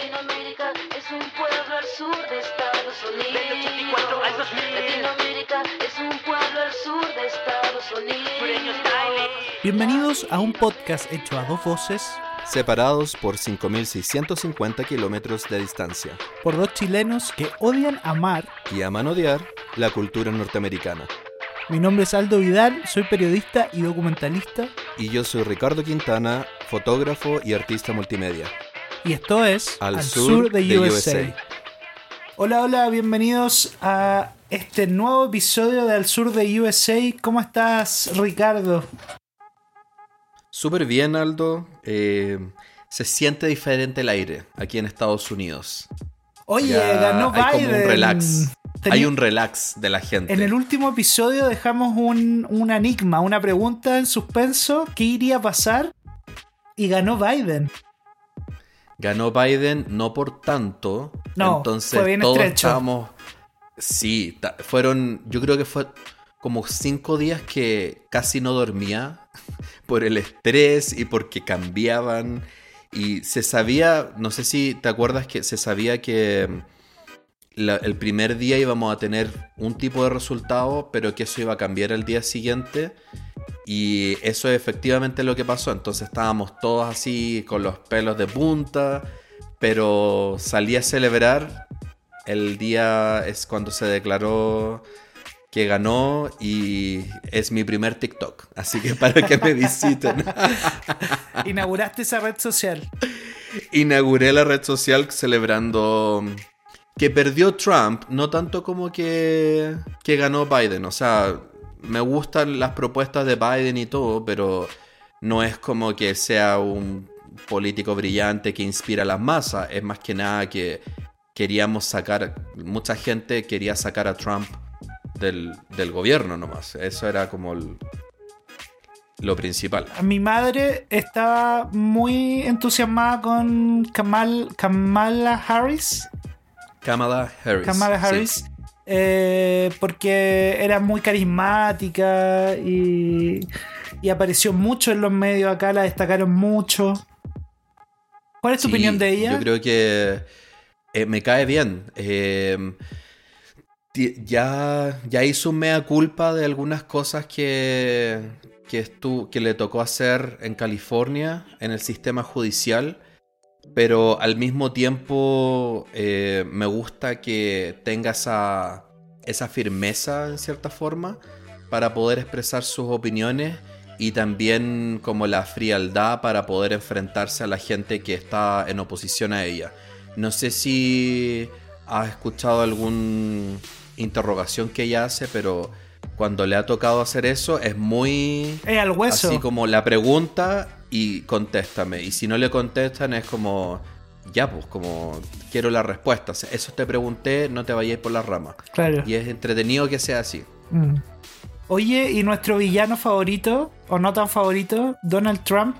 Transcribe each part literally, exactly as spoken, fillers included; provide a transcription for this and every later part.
Latinoamérica es un pueblo al sur de Estados Unidos. Desde ochenta y cuatro al dos mil. Latinoamérica es un pueblo al sur de Estados Unidos. Bienvenidos a un podcast hecho a dos voces, separados por cinco mil seiscientos cincuenta kilómetros de distancia, por dos chilenos que odian amar y aman odiar la cultura norteamericana. Mi nombre es Aldo Vidal, soy periodista y documentalista. Y yo soy Ricardo Quintana, fotógrafo y artista multimedia. Y esto es Al, Al sur, sur de, de U S A. U S A. Hola, hola, bienvenidos a este nuevo episodio de Al sur de U S A. ¿Cómo estás, Ricardo? Súper bien, Aldo. Eh, se siente diferente el aire aquí en Estados Unidos. Oye, Ya ganó Biden. Hay como un relax. Tenía... Hay un relax de la gente. En el último episodio dejamos un, un enigma, una pregunta en suspenso. ¿Qué iría a pasar? Y ganó Biden. Ganó Biden, no por tanto. No, entonces fue bien todos estrecho. estábamos. Sí, ta- fueron. Yo creo que fue como cinco días que casi no dormía por el estrés y porque cambiaban. Y se sabía, no sé si te acuerdas que se sabía que la, el primer día íbamos a tener un tipo de resultado, pero que eso iba a cambiar el día siguiente. Y eso es efectivamente lo que pasó. Entonces estábamos todos así con los pelos de punta, pero salí a celebrar. El día es cuando se declaró que ganó y es mi primer TikTok. Así que para que me visiten. Inauguraste esa red social. Inauguré la red social celebrando que perdió Trump, no tanto como que, que ganó Biden. O sea, me gustan las propuestas de Biden y todo, pero no es como que sea un político brillante que inspira a las masas. Es más que nada que queríamos sacar, mucha gente quería sacar a Trump del, del gobierno nomás. Eso era como el, lo principal. Mi madre estaba muy entusiasmada con Kamal, Kamala Harris. Kamala Harris. Kamala Harris. Sí. Eh, porque era muy carismática y, y apareció mucho en los medios acá, la destacaron mucho. ¿Cuál es tu Sí, opinión de ella? Yo creo que eh, me cae bien. Eh, t- ya, ya hizo un mea culpa de algunas cosas que, que, estu- que le tocó hacer en California, en el sistema judicial. Pero al mismo tiempo eh, me gusta que tenga esa, esa firmeza en cierta forma para poder expresar sus opiniones y también como la frialdad para poder enfrentarse a la gente que está en oposición a ella. No sé si has escuchado alguna interrogación que ella hace, pero cuando le ha tocado hacer eso es muy... Es al hueso. Así como la pregunta y contéstame. Y si no le contestan es como... Ya, pues, como quiero la respuesta. Eso te pregunté, no te vayáis por las ramas. Claro. Y es entretenido que sea así. Mm. Oye, ¿y nuestro villano favorito, o no tan favorito, Donald Trump?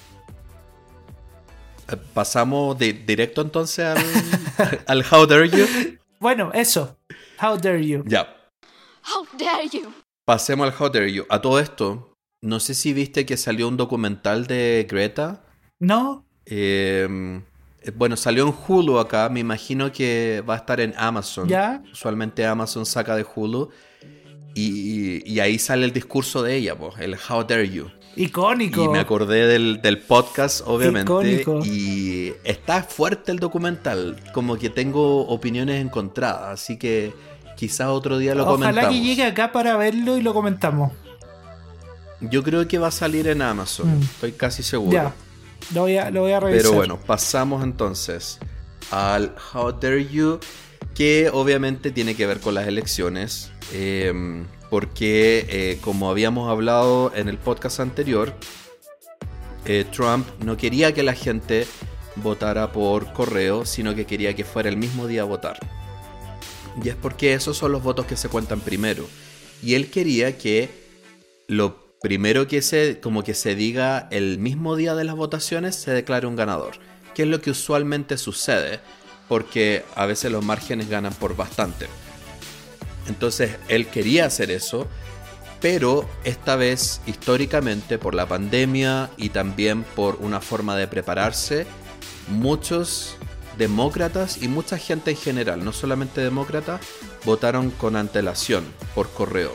Eh, Pasamos de, directo entonces al, al How Dare You. Bueno, eso. How dare you? Ya. How dare you? Pasemos al How Dare You. A todo esto, no sé si viste que salió un documental de Greta. ¿No? Eh, bueno, salió en Hulu acá. Me imagino que va a estar en Amazon. ¿Ya? Usualmente Amazon saca de Hulu. Y, y ahí sale el discurso de ella, pues, el How Dare You. Icónico. Y me acordé del, del podcast, obviamente. Icónico. Y está fuerte el documental. Como que tengo opiniones encontradas. Así que quizás otro día lo Ojalá comentamos. que llegue acá para verlo y lo comentamos. Yo creo que va a salir en Amazon. Mm. Estoy casi seguro. Ya. Lo voy a, lo voy a revisar. Pero bueno, pasamos entonces al How Dare You, que obviamente tiene que ver con las elecciones, eh, porque eh, como habíamos hablado en el podcast anterior, eh, Trump no quería que la gente votara por correo, sino que quería que fuera el mismo día a votar. Y es porque esos son los votos que se cuentan primero. Y él quería que lo primero que se, como que se diga el mismo día de las votaciones, se declare un ganador. Que es lo que usualmente sucede, porque a veces los márgenes ganan por bastante. Entonces él quería hacer eso, pero esta vez históricamente por la pandemia y también por una forma de prepararse, muchos demócratas y mucha gente en general, no solamente demócratas, votaron con antelación por correo.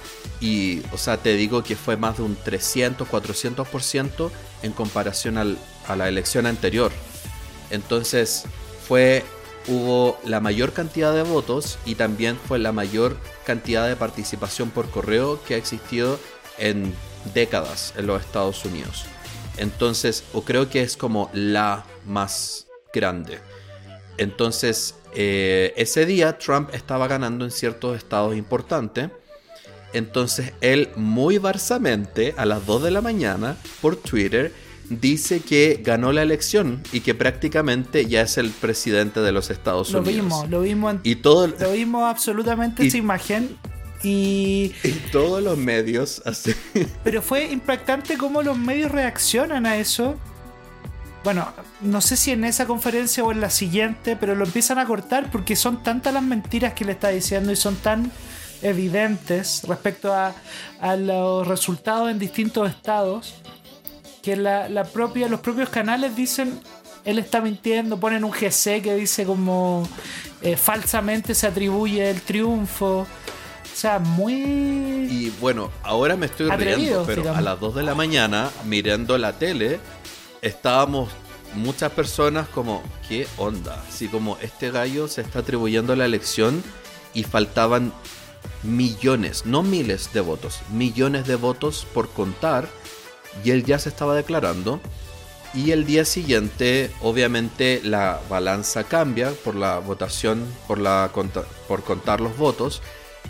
Y, o sea, te digo que fue más de un trescientos, cuatrocientos por ciento en comparación al, a la elección anterior. Entonces, fue, hubo la mayor cantidad de votos y también fue la mayor cantidad de participación por correo que ha existido en décadas en los Estados Unidos. Entonces, o creo que es como la más grande. Entonces, eh, ese día Trump estaba ganando en ciertos estados importantes. Entonces, él muy barsamente, a las dos de la mañana, por Twitter, dice que ganó la elección y que prácticamente ya es el presidente de los Estados Lo Unidos. vimos, lo vimos. En, y todo, lo vimos absolutamente y, esa imagen. Y, y todos los medios así. Pero fue impactante cómo los medios reaccionan a eso. Bueno, no sé si en esa conferencia o en la siguiente, pero lo empiezan a cortar porque son tantas las mentiras que le está diciendo y son tan evidentes respecto a, a los resultados en distintos estados que la, la propia, los propios canales dicen él está mintiendo, ponen un G C que dice como eh, falsamente se atribuye el triunfo. O sea, muy... Y bueno, ahora me estoy atrevido, riendo, pero digamos. a las dos de la mañana, mirando la tele, estábamos muchas personas como, ¿qué onda? Así como, este gallo se está atribuyendo la elección y faltaban millones, no miles de votos, millones de votos por contar y él ya se estaba declarando. Y el día siguiente, obviamente, la balanza cambia por la votación, por, la, por contar los votos.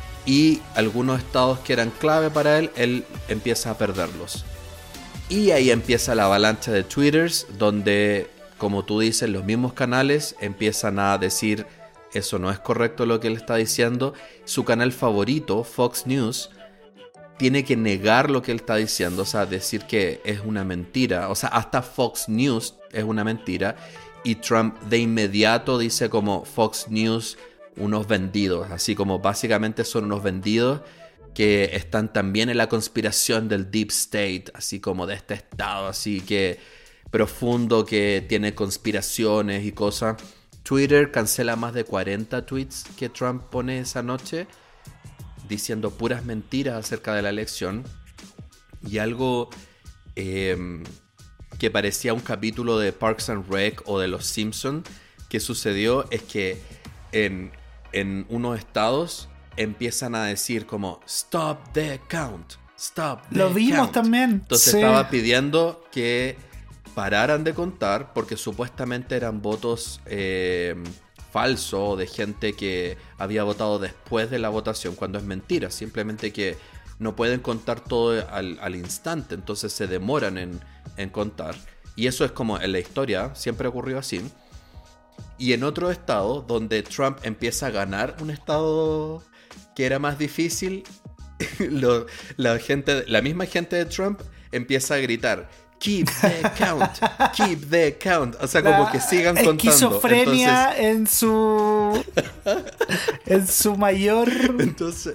Y algunos estados que eran clave para él, él empieza a perderlos. Y ahí empieza la avalancha de twitters, donde, como tú dices, los mismos canales empiezan a decir eso no es correcto lo que él está diciendo. Su canal favorito, Fox News, tiene que negar lo que él está diciendo, o sea, decir que es una mentira. O sea, hasta Fox News es una mentira. Y Trump de inmediato dice como Fox News... unos vendidos, así como básicamente son unos vendidos que están también en la conspiración del Deep State, así como de este estado así que profundo que tiene conspiraciones y cosas. Twitter cancela más de cuarenta tweets que Trump pone esa noche diciendo puras mentiras acerca de la elección. Y algo eh, que parecía un capítulo de Parks and Rec o de Los Simpsons que sucedió es que en en unos estados empiezan a decir como stop the count, stop the Lo vimos count. también. Entonces sí. estaba pidiendo que pararan de contar porque supuestamente eran votos eh, falsos de gente que había votado después de la votación, cuando es mentira, simplemente que no pueden contar todo al, al instante, entonces se demoran en, en contar. Y eso es como en la historia, siempre ocurrió así. Y en otro estado, donde Trump empieza a ganar un estado que era más difícil, lo, la, gente, la misma gente de Trump empieza a gritar keep the count, keep the count. O sea, como la que sigan contando. Esquizofrenia Entonces, en su en su mayor... Entonces,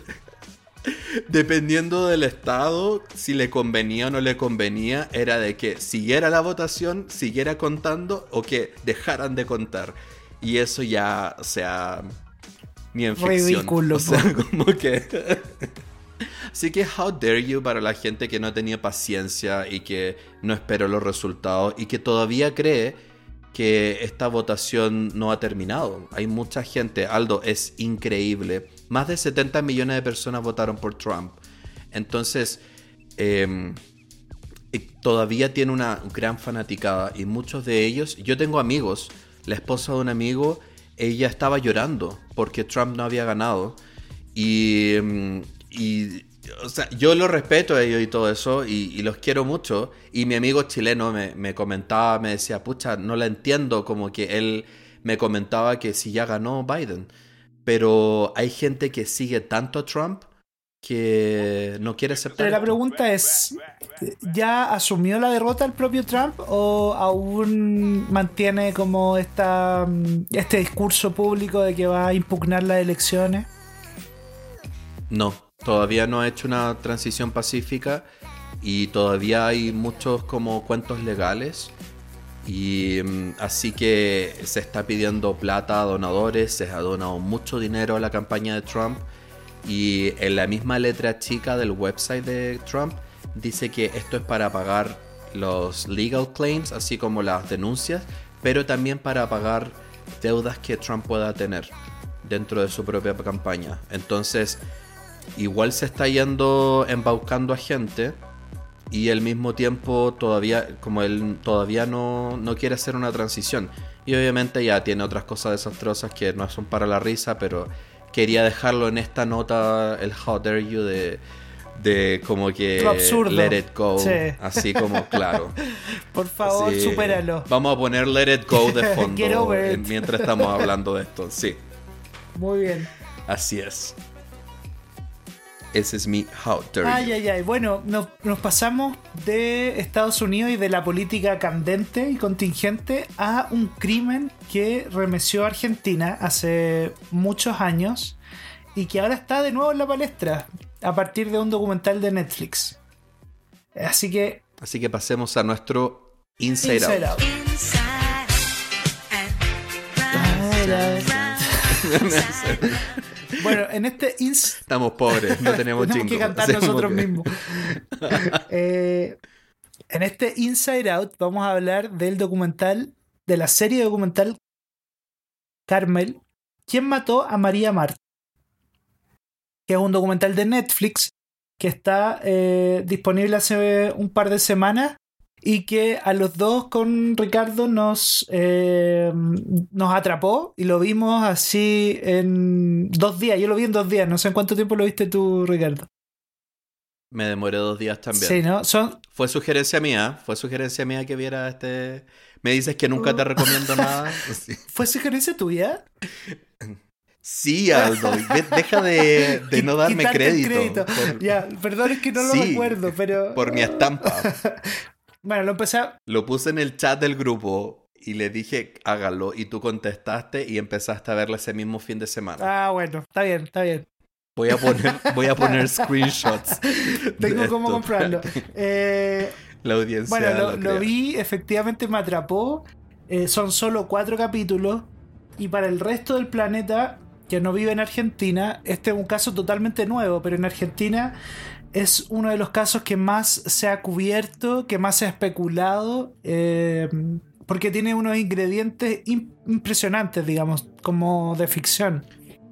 dependiendo del estado, si le convenía o no le convenía, era de que siguiera la votación, siguiera contando o que dejaran de contar. Y eso ya, o sea, ni en ficción. Ridículo. O sea, como que... Así que how dare you para la gente que no tenía paciencia y que no esperó los resultados y que todavía cree que esta votación no ha terminado. Hay mucha gente, Aldo, es increíble. Más de setenta millones de personas votaron por Trump. Entonces, eh, todavía tiene una gran fanaticada y muchos de ellos, yo tengo amigos, la esposa de un amigo, ella estaba llorando porque Trump no había ganado y, y o sea, yo lo respeto a ellos y todo eso y, y los quiero mucho. Y mi amigo chileno me, me comentaba, me decía, pucha, no la entiendo, como que él me comentaba que si ya ganó Biden. Pero hay gente que sigue tanto a Trump que no quiere aceptar. Pero la esto. pregunta es, ¿ya asumió la derrota el propio Trump o aún mantiene como esta, este discurso público de que va a impugnar las elecciones? No, todavía no ha hecho una transición pacífica y todavía hay muchos como cuentos legales Y mm, así que se está pidiendo plata a donadores, se ha donado mucho dinero a la campaña de Trump. Y en la misma letra chica del website de Trump dice que esto es para pagar los legal claims, así como las denuncias, pero también para pagar deudas que Trump pueda tener dentro de su propia campaña. Entonces, igual se está yendo embaucando a gente y al mismo tiempo todavía, como él todavía no, no quiere hacer una transición. Y obviamente ya tiene otras cosas desastrosas que no son para la risa, pero quería dejarlo en esta nota, el How Dare You de... de como que Let It Go, sí. Así como, claro. Por favor, sí. Supéralo. Vamos a poner Let It Go de fondo mientras estamos hablando de esto, sí. Muy bien. Así es. Ese es mi How Dare You. Ay, ay, ay. Bueno, nos, nos pasamos de Estados Unidos y de la política candente y contingente a un crimen que remeció a Argentina hace muchos años y que ahora está de nuevo en la palestra a partir de un documental de Netflix. Así que... Así que pasemos a nuestro Inside, Inside Out. Out. Bueno, en este... Ins- Estamos pobres, no tenemos Tenemos que cantar Hacemos nosotros que... mismos. eh, en este Inside Out vamos a hablar del documental, de la serie documental Carmel, ¿Quién mató a María Marta? Que es un documental de Netflix que está eh, disponible hace un par de semanas y que a los dos con Ricardo nos, eh, nos atrapó y lo vimos así en dos días. Yo lo vi en dos días, no sé en cuánto tiempo lo viste tú, Ricardo. Me demoré dos días también. Sí, ¿no? Son... Fue sugerencia mía, fue sugerencia mía que viera este... Me dices que nunca te recomiendo nada. Sí. ¿Fue sugerencia tuya? Sí, Aldo, deja de, de no darme crédito. crédito. Por... Ya, perdón, es que no lo sí, recuerdo, pero... Por mi estampa. Bueno, lo empecé a... Lo puse en el chat del grupo y le dije, hágalo, y tú contestaste y empezaste a verla ese mismo fin de semana. Ah, bueno, está bien, está bien. Voy a poner, voy a poner screenshots. Tengo cómo comprarlo. Eh... La audiencia. Bueno, lo, lo vi, efectivamente me atrapó. Eh, son solo cuatro capítulos. Y para el resto del planeta que no vive en Argentina, este es un caso totalmente nuevo, pero en Argentina es uno de los casos que más se ha cubierto, que más se ha especulado, eh, porque tiene unos ingredientes imp- impresionantes, digamos, como de ficción.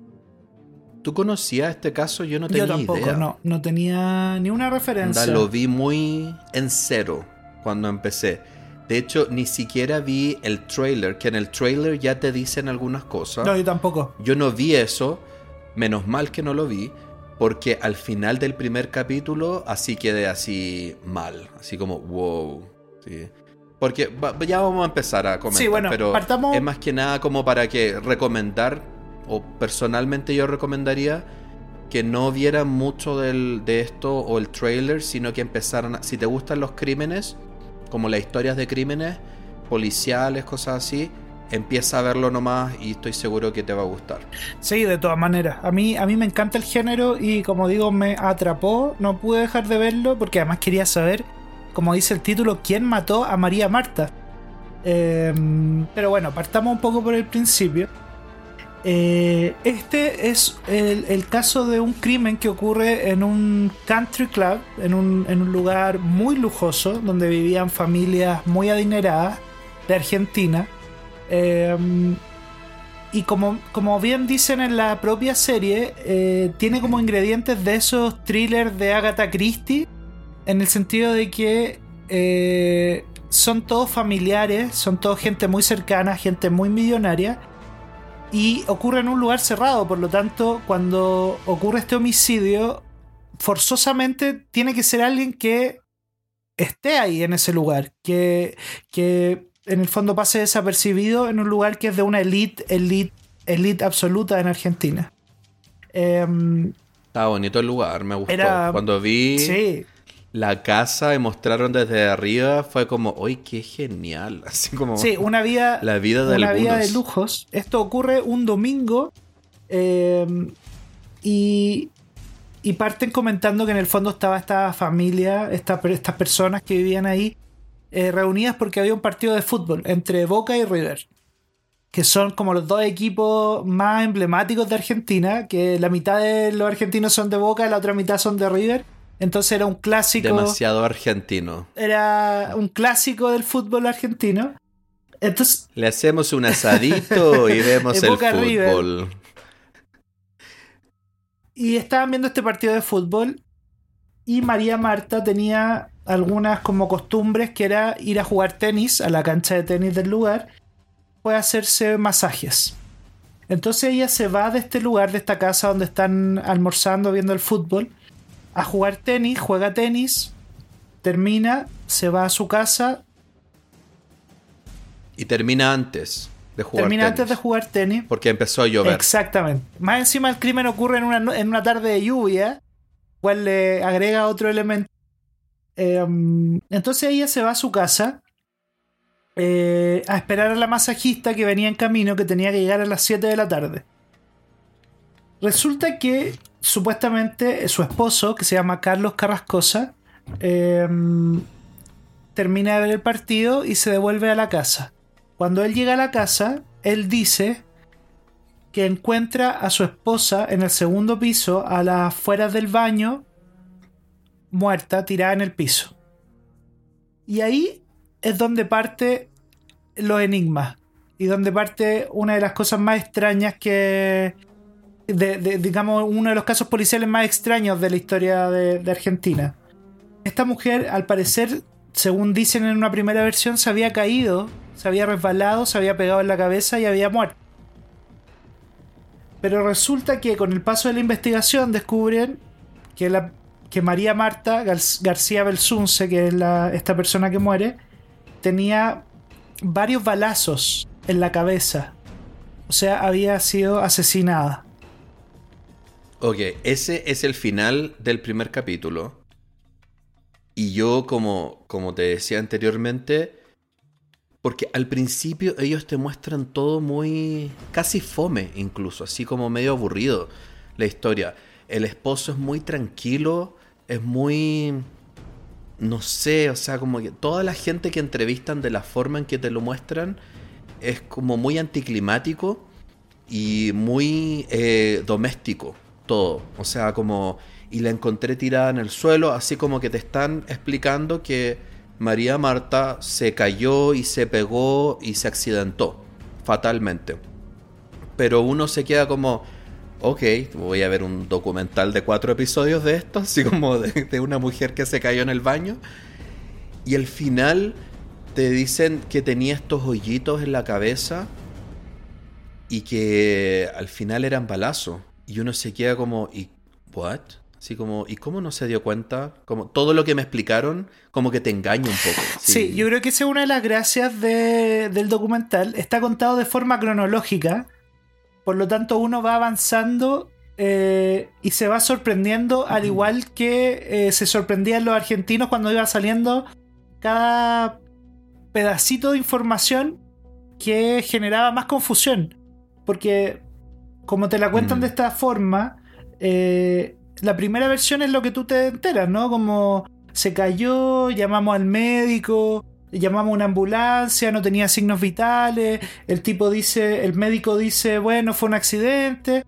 ¿Tú conocías este caso? Yo no tenía idea. Yo tampoco, idea. no, no tenía ni una referencia. Anda, lo vi muy en cero cuando empecé. De hecho, ni siquiera vi el trailer, que en el trailer ya te dicen algunas cosas. No, yo tampoco. Yo no vi eso, menos mal que no lo vi, porque al final del primer capítulo así quedé así mal, así como wow. Sí. Porque ya vamos a empezar a comentar, sí, bueno, pero partamos... es más que nada como para que recomendar, o personalmente yo recomendaría que no vieran mucho del, de esto o el trailer, sino que empezaran a, si te gustan los crímenes, como las historias de crímenes policiales, cosas así, empieza a verlo nomás y estoy seguro que te va a gustar. Sí, de todas maneras. A mí, a mí me encanta el género y como digo, me atrapó. No pude dejar de verlo porque además quería saber, como dice el título, quién mató a María Marta. Eh, pero bueno, partamos un poco por el principio. Eh, este es el, el caso de un crimen que ocurre en un country club, en un, en un lugar muy lujoso, donde vivían familias muy adineradas de Argentina. Eh, y como, como bien dicen en la propia serie, eh, tiene como ingredientes de esos thrillers de Agatha Christie, en el sentido de que eh, son todos familiares, son todos gente muy cercana, gente muy millonaria. Y ocurre en un lugar cerrado, por lo tanto, cuando ocurre este homicidio, forzosamente tiene que ser alguien que esté ahí en ese lugar, que, que en el fondo pase desapercibido en un lugar que es de una elite, elite, elite absoluta en Argentina. Eh, Está bonito el lugar, me gustó. Era, cuando vi sí. la casa y mostraron desde arriba, fue como, ¡uy, qué genial! Así como sí, una vida, la vida de una algunos. vida de lujos. Esto ocurre un domingo eh, y, y parten comentando que en el fondo estaba esta familia, esta, estas personas que vivían ahí, eh, reunidas porque había un partido de fútbol entre Boca y River, que son como los dos equipos más emblemáticos de Argentina, que la mitad de los argentinos son de Boca y la otra mitad son de River. Entonces era un clásico. Demasiado argentino. Era un clásico del fútbol argentino. Entonces, le hacemos un asadito y vemos el Boca fútbol. River. Y estaban viendo este partido de fútbol y María Marta tenía algunas como costumbres, que era ir a jugar tenis a la cancha de tenis del lugar, puede hacerse masajes. Entonces ella se va de este lugar, de esta casa donde están almorzando, viendo el fútbol, a jugar tenis, juega tenis, termina, se va a su casa. Y termina antes de jugar Termina tenis. antes de jugar tenis. Porque empezó a llover. Exactamente. Más encima el crimen ocurre en una, en una tarde de lluvia, cual le agrega otro elemento. Eh, entonces ella se va a su casa eh, a esperar a la masajista que venía en camino, que tenía que llegar a las siete de la tarde. Resulta que supuestamente su esposo, que se llama Carlos Carrascosa, eh, termina de ver el partido y se devuelve a la casa. Cuando él llega a la casa, él dice que encuentra a su esposa en el segundo piso, a las afueras del baño, muerta, tirada en el piso. Y ahí es donde parte los enigmas y donde parte una de las cosas más extrañas que, de, de, digamos, uno de los casos policiales más extraños de la historia de, de Argentina. Esta mujer, al parecer, según dicen en una primera versión, se había caído, se había resbalado, se había pegado en la cabeza y había muerto. Pero resulta que con el paso de la investigación descubren que, la, que María Marta Gar- García Belsunce, que es la, esta persona que muere, tenía varios balazos en la cabeza. O sea, había sido asesinada. Ok, ese es el final del primer capítulo. Y yo, como, como te decía anteriormente, porque al principio ellos te muestran todo muy... casi fome incluso, así como medio aburrido la historia. El esposo es muy tranquilo, es muy... no sé, o sea, como que toda la gente que entrevistan, de la forma en que te lo muestran, es como muy anticlimático y muy eh, doméstico todo. O sea, como... y la encontré tirada en el suelo, así como que te están explicando que María Marta se cayó y se pegó y se accidentó fatalmente. Pero uno se queda como, ok, voy a ver un documental de cuatro episodios de esto, así como de, de una mujer que se cayó en el baño. Y al final te dicen que tenía estos hoyitos en la cabeza y que al final eran balazos. Y uno se queda como, ¿y what? Así como, ¿y cómo no se dio cuenta? Como todo lo que me explicaron, como que te engaña un poco. Sí, Sí, yo creo que esa es una de las gracias de, del documental. Está contado de forma cronológica. Por lo tanto, uno va avanzando eh, y se va sorprendiendo, al igual que eh, se sorprendían los argentinos cuando iba saliendo cada pedacito de información que generaba más confusión. Porque, como te la cuentan Mm. de esta forma... Eh, la primera versión es lo que tú te enteras, ¿no? Como se cayó, llamamos al médico, llamamos a una ambulancia, no tenía signos vitales, el tipo dice, el médico dice, bueno, fue un accidente.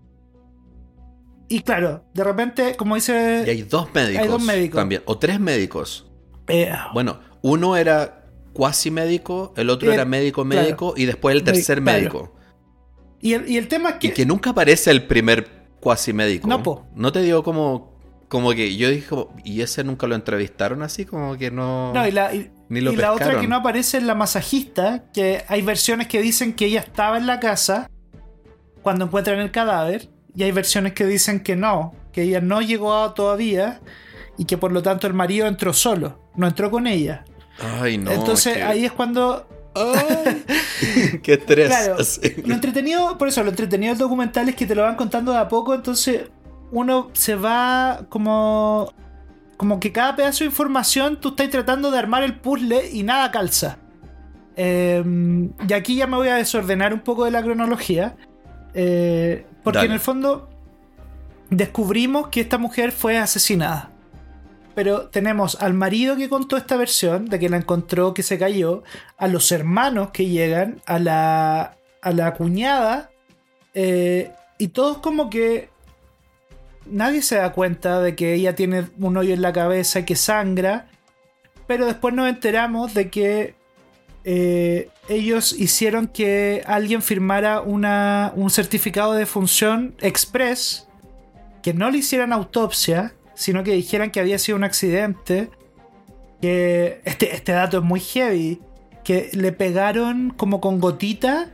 Y claro, de repente, como dice... Y hay dos médicos, hay dos médicos. también, o tres médicos. Eh, Bueno, uno era cuasi médico, el otro Eh, era médico médico, y después el tercer Claro. médico. y, el, y el tema es que... Y que nunca aparece el primer cuasi médico. No, po. No te dio como... como que yo dije, como, ¿y ese nunca lo entrevistaron así? Como que no... No, y la, y, Ni lo y la otra pescaron. que no aparece es la masajista, que hay versiones que dicen que ella estaba en la casa cuando encuentran el cadáver, y hay versiones que dicen que no, que ella no llegó todavía y que por lo tanto el marido entró solo, no entró con ella. Ay, no. Entonces que- ahí es cuando... Ay, qué estrés. Claro, Sí. lo entretenido, por eso, lo entretenido del documental es que te lo van contando de a poco, entonces uno se va como... como que cada pedazo de información tú estás tratando de armar el puzzle y nada calza. Eh, y aquí ya me voy a desordenar un poco de la cronología, eh, porque Dale. en el fondo descubrimos que esta mujer fue asesinada. pero tenemos al marido que contó esta versión, de que la encontró, que se cayó, a los hermanos que llegan, a la, a la cuñada, eh, y todos como que nadie se da cuenta de que ella tiene un hoyo en la cabeza y que sangra, pero después nos enteramos de que eh, ellos hicieron que alguien firmara una, un certificado de defunción express, que no le hicieran autopsia, sino que dijeran que había sido un accidente. Que este, este dato es muy heavy, que le pegaron como con gotita,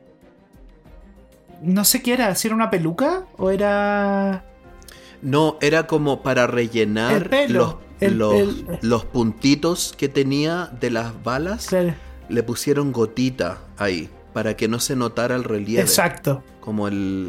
no sé qué era, si era una peluca o era... No, era como para rellenar el pelo, los, el, los, el... los puntitos que tenía de las balas. Claro. Le pusieron gotita ahí para que no se notara el relieve. Exacto. Como el...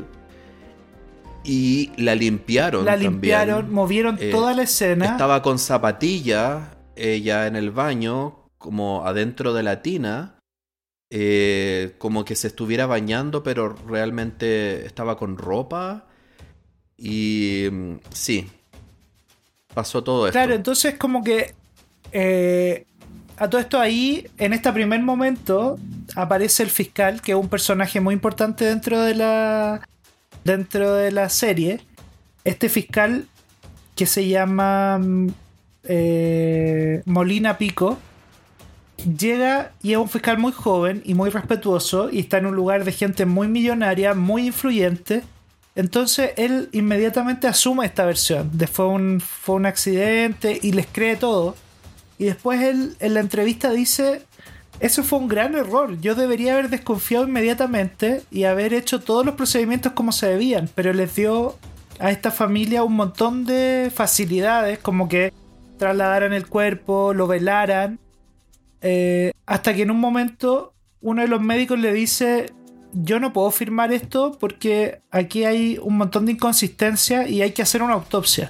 Y la limpiaron La también. limpiaron, movieron eh, toda la escena. Estaba con zapatilla, ella en el baño, como adentro de la tina, eh, como que se estuviera bañando, pero realmente estaba con ropa. Y sí, pasó todo esto. Claro, entonces como que eh, a todo esto ahí, en este primer momento, aparece el fiscal, que es un personaje muy importante dentro de la... dentro de la serie. Este fiscal que se llama eh, Molina Pico llega y es un fiscal muy joven y muy respetuoso y está en un lugar de gente muy millonaria, muy influyente. Entonces él inmediatamente asume esta versión de fue un, fue un accidente y les cree todo. Y después él en la entrevista dice: eso fue un gran error, yo debería haber desconfiado inmediatamente y haber hecho todos los procedimientos como se debían, pero les dio a esta familia un montón de facilidades, como que trasladaran el cuerpo, lo velaran, eh, hasta que en un momento uno de los médicos le dice: yo no puedo firmar esto porque aquí hay un montón de inconsistencia y hay que hacer una autopsia.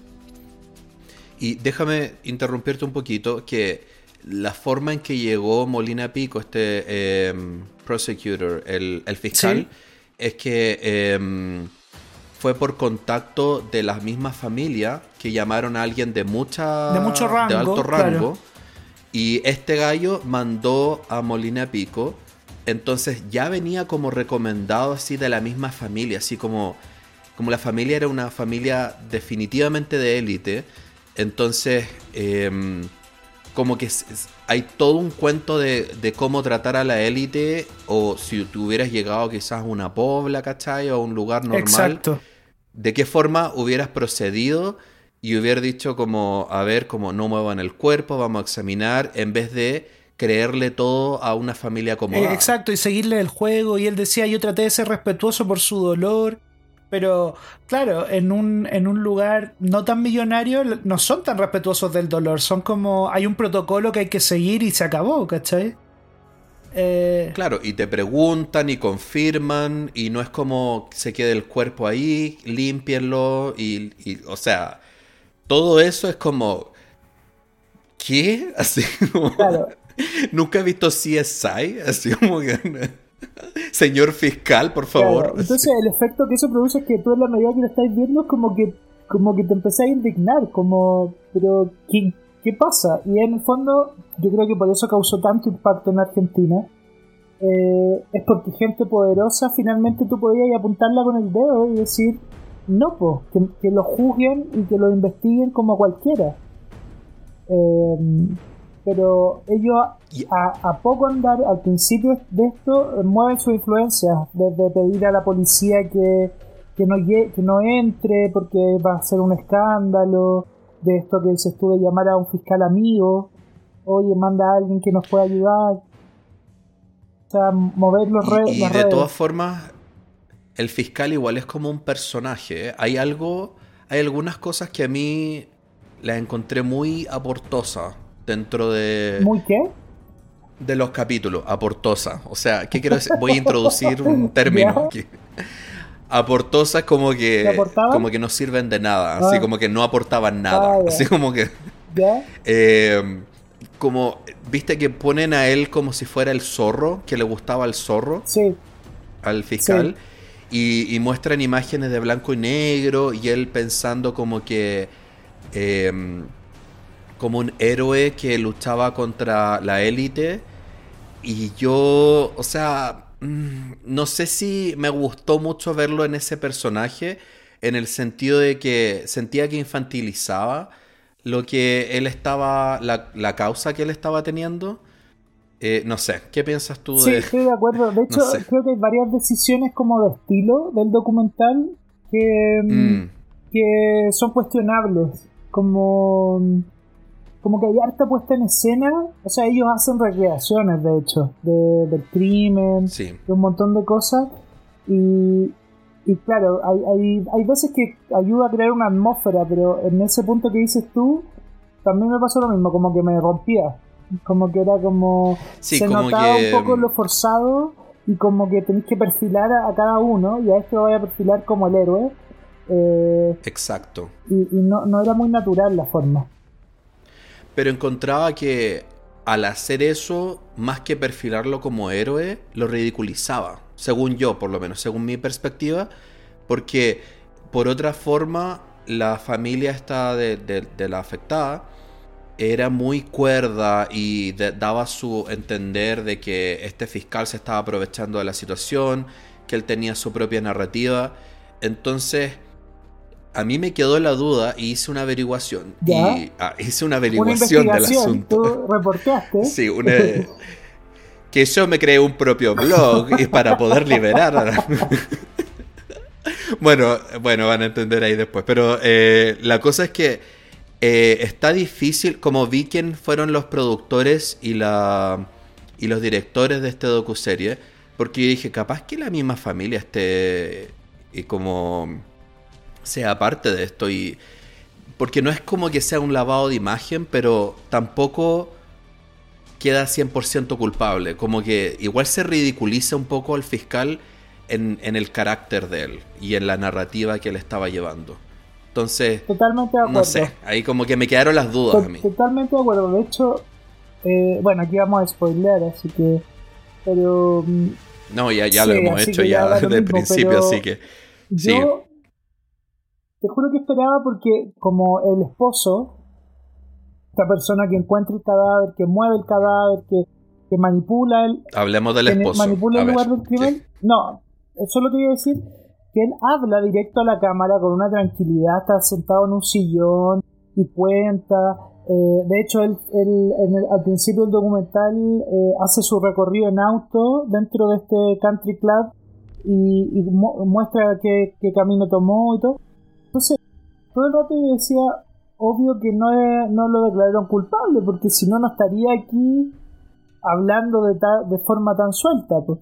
Y déjame interrumpirte un poquito, que la forma en que llegó Molina Pico, este eh, prosecutor, el, el fiscal, ¿sí? Es que eh, fue por contacto de la misma familia que llamaron a alguien de mucha de mucho rango, de alto rango, claro. Y este gallo mandó a Molina Pico. Entonces ya venía como recomendado así de la misma familia, así como, como la familia era una familia definitivamente de élite. Entonces eh, como que hay todo un cuento de, de cómo tratar a la élite, o si tú hubieras llegado quizás a una pobla, ¿cachai? O a un lugar normal. Exacto. De qué forma hubieras procedido y hubieras dicho como, a ver, como no muevan el cuerpo, vamos a examinar, en vez de creerle todo a una familia acomodada. Eh, exacto, y seguirle el juego. Y él decía: yo traté de ser respetuoso por su dolor. Pero, claro, en un, en un lugar no tan millonario no son tan respetuosos del dolor. Son como... hay un protocolo que hay que seguir y se acabó, ¿cachai? Eh... Claro, y te preguntan y confirman, y no es como se quede el cuerpo ahí, límpienlo, y, y o sea, todo eso es como... ¿qué? Así como... Claro. Nunca he visto C S I, así como que... señor fiscal, por favor. Claro. Entonces el efecto que eso produce es que tú, en la medida que lo estáis viendo, es como que como que te empezás a indignar, como, pero ¿qué, qué pasa? Y en el fondo yo creo que por eso causó tanto impacto en Argentina, eh, es porque gente poderosa finalmente tú podías apuntarla con el dedo y decir: no, po, que, que lo juzguen y que lo investiguen como a cualquiera. Eh, pero ellos a, a poco andar al principio de esto mueven sus influencias, desde pedir a la policía que, que, no, que no entre porque va a ser un escándalo, de esto que se estuvo, llamar a un fiscal amigo, oye, manda a alguien que nos pueda ayudar, o sea, mover los re- y, y las de redes. todas formas el fiscal igual es como un personaje, ¿eh? Hay algo, hay algunas cosas que a mí las encontré muy aportosas dentro de... ¿Muy qué? De los capítulos, aportosa. O sea, ¿qué quiero decir? Voy a introducir un término aquí. Aportosa es como que como que no sirven de nada, ah. Así como que no aportaban nada. Ah, así como que... ¿Ya? Eh, como, ¿viste que ponen a él como si fuera el zorro? Que le gustaba el zorro. Sí. Al fiscal. Sí. Y, y muestran imágenes de blanco y negro y él pensando como que... Eh, como un héroe que luchaba contra la élite. Y yo, o sea, no sé si me gustó mucho verlo en ese personaje, en el sentido de que sentía que infantilizaba lo que él estaba, la, la causa que él estaba teniendo. Eh, no sé, ¿qué piensas tú Sí, de...? estoy de acuerdo. De hecho, No sé. creo que hay varias decisiones como de estilo del documental que, Mm, que son cuestionables. Como, como que hay harta puesta en escena. O sea, ellos hacen recreaciones, de hecho, de, del crimen, sí. de un montón de cosas. Y, y claro, hay, hay, hay veces que ayuda a crear una atmósfera, pero en ese punto que dices tú, también me pasó lo mismo, como que me rompía. Como que era como... Sí, se como notaba que... un poco lo forzado y como que tenéis que perfilar a, a cada uno y a este lo voy a perfilar como el héroe. Eh, Exacto. y y no, no era muy natural la forma. Pero encontraba que al hacer eso, más que perfilarlo como héroe, lo ridiculizaba. Según yo, por lo menos, según mi perspectiva. Porque, por otra forma, la familia esta de, de, de la afectada era muy cuerda y de, daba su entender de que este fiscal se estaba aprovechando de la situación, que él tenía su propia narrativa. Entonces, a mí me quedó la duda y hice una averiguación. ¿Ya? Y ah, hice una Una averiguación del investigación, asunto. tú reporteaste. Sí, una... que yo me creé un propio blog y para poder liberar a la... bueno, bueno, van a entender ahí después. Pero eh, la cosa es que eh, está difícil, como vi quién fueron los productores y, la, y los directores de este docuserie, porque yo dije, capaz que la misma familia esté y como sea parte de esto. Y porque no es como que sea un lavado de imagen, pero tampoco queda cien por ciento culpable. Como que igual se ridiculiza un poco al fiscal en, en el carácter de él y en la narrativa que él estaba llevando. Entonces, Totalmente de acuerdo. no sé, ahí como que me quedaron las dudas To- a mí. Totalmente de acuerdo. De hecho, eh, bueno, aquí vamos a spoilear, así que... Pero... mm, No, ya, ya sí, lo hemos así hecho que ya da lo de mismo, principio, pero así que sí. Yo te juro que esperaba porque como el esposo, esta persona que encuentra el cadáver, que mueve el cadáver, que, que manipula el, Hablemos del que esposo. manipula A el ver, lugar del crimen, ¿qué? no, solo quería decir que él habla directo a la cámara con una tranquilidad, está sentado en un sillón y cuenta. Eh, de hecho, él, él en el- al principio del documental eh, hace su recorrido en auto dentro de este country club y, y mu- muestra qué, qué camino tomó y todo. Entonces, todo el rato yo decía, obvio que no, es- no lo declararon culpable, porque si no, no estaría aquí hablando de, ta- de forma tan suelta, pues.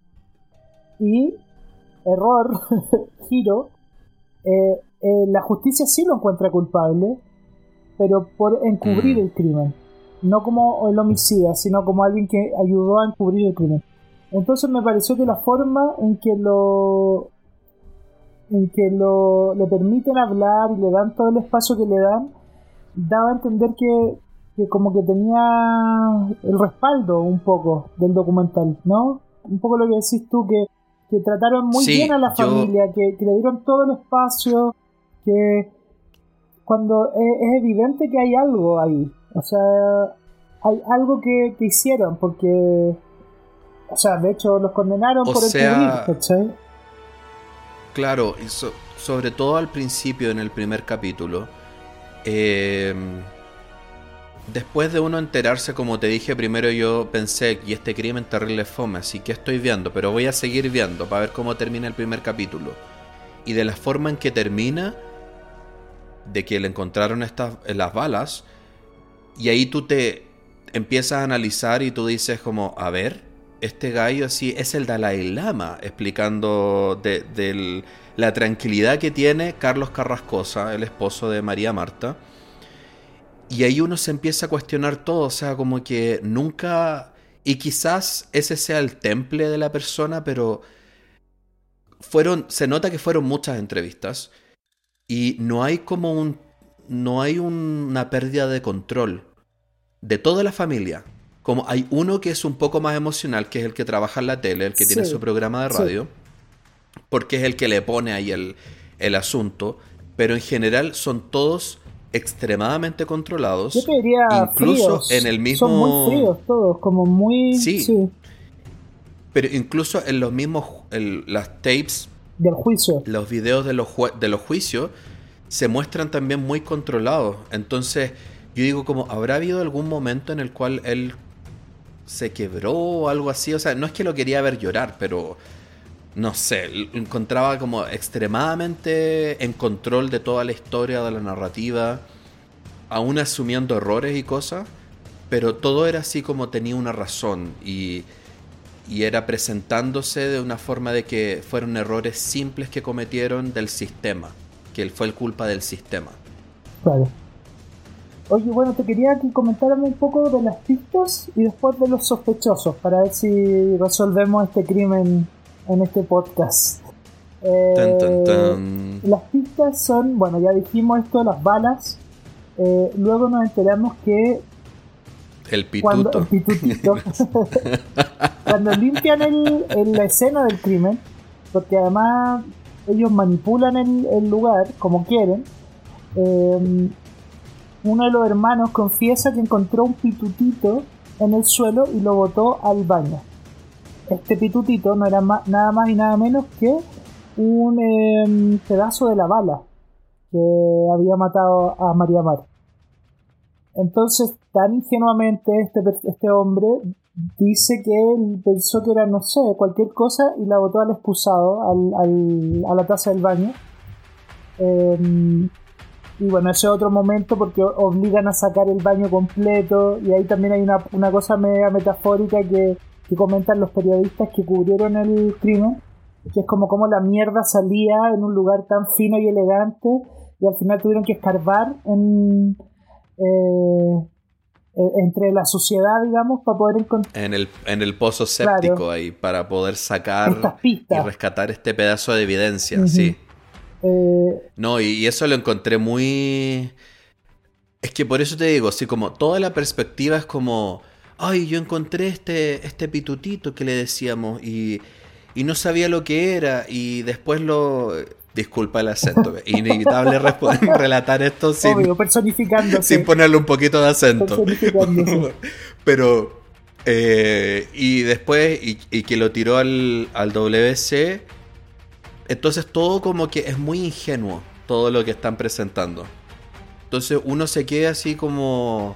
Y, error, giro, eh, eh, la justicia sí lo encuentra culpable, pero por encubrir Mm. el crimen. No como el homicida, sino como alguien que ayudó a encubrir el crimen. Entonces me pareció que la forma en que lo en que lo le permiten hablar y le dan todo el espacio que le dan, daba a entender que, que como que tenía el respaldo un poco del documental, ¿no? Un poco lo que decís tú, que, que trataron muy Sí, bien a la yo- familia, que, que le dieron todo el espacio, que cuando es, es evidente que hay algo ahí, o sea, hay algo que, que hicieron, porque, o sea, de hecho los condenaron O por sea, encubrir, ¿cachai? Claro, y so- sobre todo al principio, en el primer capítulo, eh, después de uno enterarse, como te dije primero, yo pensé, y este crimen terrible fome, así que estoy viendo, pero voy a seguir viendo para ver cómo termina el primer capítulo. Y de la forma en que termina, de que le encontraron estas las balas, y ahí tú te empiezas a analizar y tú dices como, a ver, este gallo así es el Dalai Lama, explicando de, del- la tranquilidad que tiene Carlos Carrascosa, el esposo de María Marta. Y ahí uno se empieza a cuestionar todo, o sea, como que nunca... Y quizás ese sea el temple de la persona, pero fueron, se nota que fueron muchas entrevistas y no hay como un... No hay un- una pérdida de control de toda la familia. Como hay uno que es un poco más emocional, que es el que trabaja en la tele, el que tiene Sí, su programa de sí. radio, porque es el que le pone ahí el, el asunto, pero en general son todos extremadamente controlados. Yo te diría incluso fríos. en el mismo... Son muy fríos todos, como muy... Sí, sí. Pero incluso en los mismos, el, las tapes del juicio, los videos de los, ju- de los juicios se muestran también muy controlados. Entonces yo digo, como, ¿habrá habido algún momento en el cual él se quebró o algo así? O sea, no es que lo quería ver llorar, pero no sé, lo encontraba como extremadamente en control de toda la historia, de la narrativa, aún asumiendo errores y cosas, pero todo era así como tenía una razón y, y era presentándose de una forma de que fueron errores simples que cometieron del sistema, que él fue el culpa del sistema. Claro. Oye, bueno, te quería que comentáramos un poco de las pistas y después de los sospechosos, para ver si resolvemos este crimen en este podcast. Eh, Tan, tan, tan. Las pistas son, bueno, ya dijimos esto, las balas. Eh, luego nos enteramos que El pituto. cuando el pitutito cuando limpian el, el- la escena del crimen, porque además ellos manipulan el, el lugar como quieren, eh, uno de los hermanos confiesa que encontró un pitutito en el suelo y lo botó al baño. Este pitutito no era ma- nada más y nada menos que un eh, pedazo de la bala que había matado a María Mar. Entonces, tan ingenuamente este, per- este hombre dice que él pensó que era, no sé, cualquier cosa y la botó al excusado, al, al, a la taza del baño. Eh, y bueno, ese es otro momento porque o- obligan a sacar el baño completo y ahí también hay una, una cosa media metafórica que, que comentan los periodistas que cubrieron el crimen, que es como cómo la mierda salía en un lugar tan fino y elegante y al final tuvieron que escarbar en, eh, eh, entre la suciedad, digamos, para poder encontrar En el, en el pozo séptico, Claro. ahí, para poder sacar estas y pistas. rescatar este pedazo de evidencia, Ujú. sí. Eh, No, y, y eso lo encontré muy... Es que por eso te digo, así como toda la perspectiva es como, ay, yo encontré este, este pitutito que le decíamos y, y no sabía lo que era y después lo... Disculpa el acento, inevitable respo- relatar esto sin, obvio, personificándose. sin ponerle un poquito de acento. Personificándose. Pero, eh, y después, y, y que lo tiró al, al W C, entonces todo como que es muy ingenuo, todo lo que están presentando. Entonces uno se queda así como,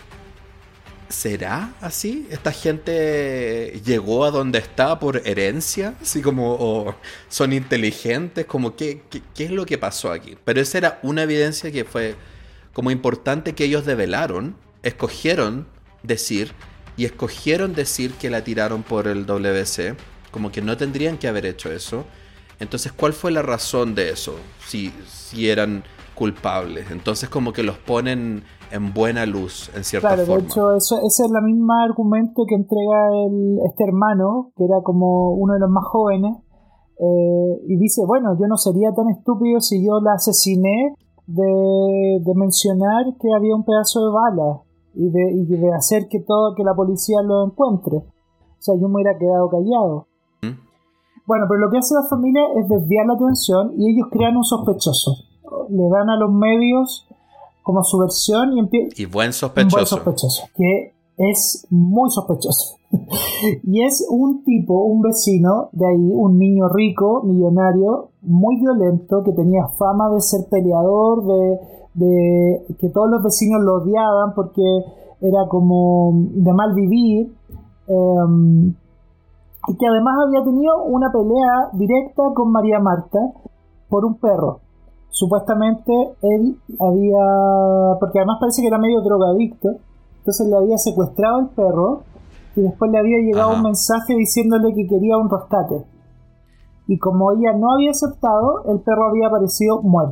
¿será así? ¿Esta gente llegó a donde está por herencia? Así como, o son inteligentes, como, ¿qué, qué, qué es lo que pasó aquí? Pero esa era una evidencia que fue como importante que ellos develaron, escogieron decir, y escogieron decir que la tiraron por el W C, como que no tendrían que haber hecho eso. Entonces, ¿cuál fue la razón de eso? Si, si eran culpables. Entonces, como que los ponen en buena luz, en cierta Claro, forma. de hecho, eso, ese es el mismo argumento que entrega el, este hermano, que era como uno de los más jóvenes, eh, y dice, bueno, yo no sería tan estúpido si yo la asesiné de, de mencionar que había un pedazo de bala y de, y de hacer que todo que la policía lo encuentre. O sea, yo me hubiera quedado callado. ¿Mm? Bueno, pero lo que hace la familia es desviar la atención y ellos crean un sospechoso. Le dan a los medios como su versión y empiezan... Y buen Un buen sospechoso. sospechoso, que es muy sospechoso. Y es un tipo, un vecino de ahí, un niño rico, millonario, muy violento, que tenía fama de ser peleador, de, de que todos los vecinos lo odiaban porque era como de mal vivir, eh, y que además había tenido una pelea directa con María Marta por un perro. Supuestamente él había, porque además parece que era medio drogadicto, entonces le había secuestrado el perro y después le había llegado Ajá. un mensaje diciéndole que quería un rescate. Y como ella no había aceptado, el perro había aparecido muerto.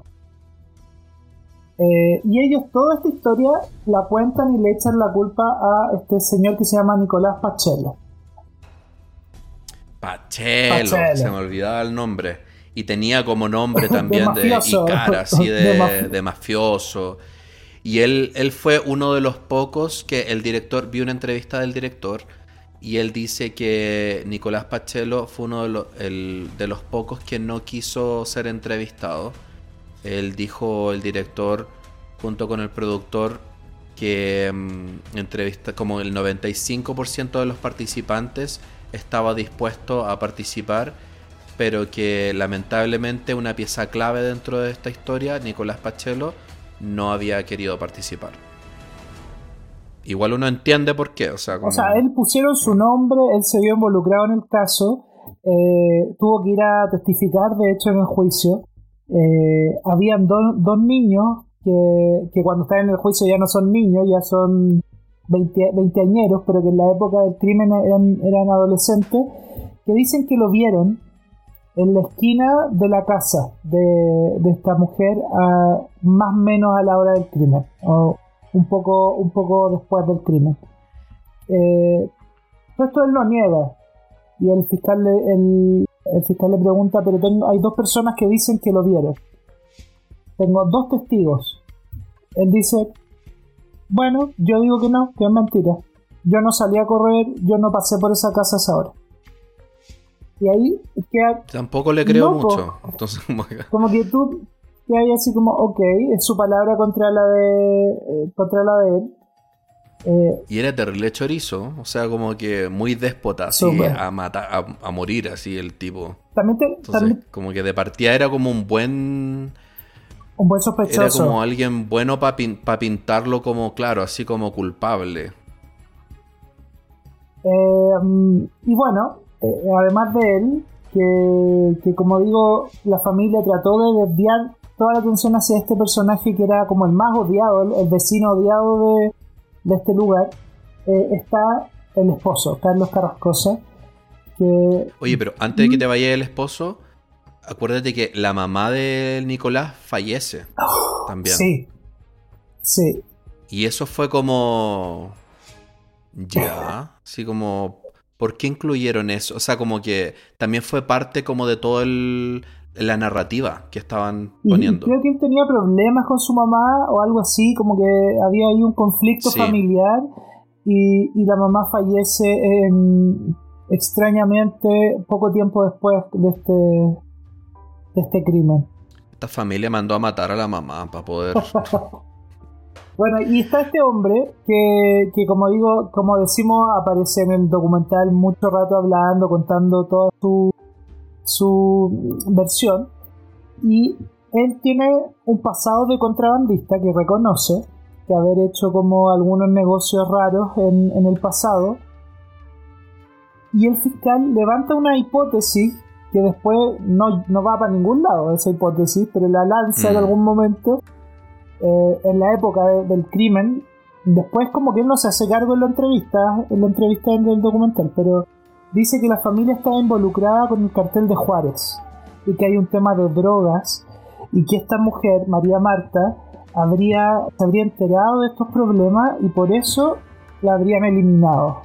Eh, y ellos toda esta historia la cuentan y le echan la culpa a este señor que se llama Nicolás Pachelo. Pachelo, Pachelo. se me olvidaba el nombre. Y tenía como nombre también de, mafioso. y cara así de, De mafioso. de mafioso. Y él, él fue uno de los pocos que el director, vi una entrevista del director, y él dice que Nicolás Pachelo fue uno de los, el, de los pocos que no quiso ser entrevistado. Él dijo, el director, junto con el productor, que um, entrevista como el noventa y cinco por ciento de los participantes estaba dispuesto a participar, pero que lamentablemente una pieza clave dentro de esta historia, Nicolás Pachelo, no había querido participar. Igual uno entiende por qué, o sea, como... O sea, él pusieron su nombre, él se vio involucrado en el caso, eh, tuvo que ir a testificar, de hecho, en el juicio. Eh, habían do, dos niños que, que cuando están en el juicio ya no son niños, ya son veinte, veinteañeros, pero que en la época del crimen eran, eran adolescentes, que dicen que lo vieron en la esquina de la casa de, de esta mujer, a, más o menos a la hora del crimen, o un poco, un poco después del crimen. Eh, esto él lo niega, y el fiscal le, el, el fiscal le pregunta, pero tengo, hay dos personas que dicen que lo vieron. Tengo dos testigos. Él dice, bueno, yo digo que no, que es mentira. Yo no salí a correr, yo no pasé por esa casa a esa hora. Y ahí queda... Tampoco le creo loco. mucho. Entonces, como que... como que tú quedas ahí así como, ok, es su palabra contra la de eh, contra la de él. Eh, y era terrible chorizo, o sea, como que muy déspota, así, Super. a matar, a, a morir, así, el tipo. también, te, Entonces, también como que de partida era como un buen... un buen Era sospechoso. como alguien bueno para pin, pa pintarlo como, claro, así como culpable. Eh, y bueno, eh, además de él, que, que como digo, la familia trató de desviar toda la atención hacia este personaje que era como el más odiado, el, el vecino odiado de, de este lugar, eh, está el esposo, Carlos Carrascosa, que... Oye, pero antes de que te vaya el esposo, acuérdate que la mamá de Nicolás fallece también. Sí, sí. Y eso fue como... Ya, así como... ¿Por qué incluyeron eso? O sea, como que también fue parte como de toda la narrativa que estaban poniendo. Y creo que él tenía problemas con su mamá o algo así, como que había ahí un conflicto Sí. familiar y, y la mamá fallece en, extrañamente poco tiempo después de este, de este crimen. Esta familia mandó a matar a la mamá para poder... Bueno, y está este hombre que, que como digo, como decimos, aparece en el documental mucho rato hablando, contando toda su, su versión. Y él tiene un pasado de contrabandista que reconoce que haber hecho como algunos negocios raros en, en el pasado. Y el fiscal levanta una hipótesis que después no, no va para ningún lado, esa hipótesis, pero la lanza mm. en algún momento. Eh, en la época de, del crimen, después como que él no se hace cargo en la entrevista en la entrevista del documental, pero dice que la familia estaba involucrada con el cartel de Juárez y que hay un tema de drogas y que esta mujer, María Marta, habría, se habría enterado de estos problemas y por eso la habrían eliminado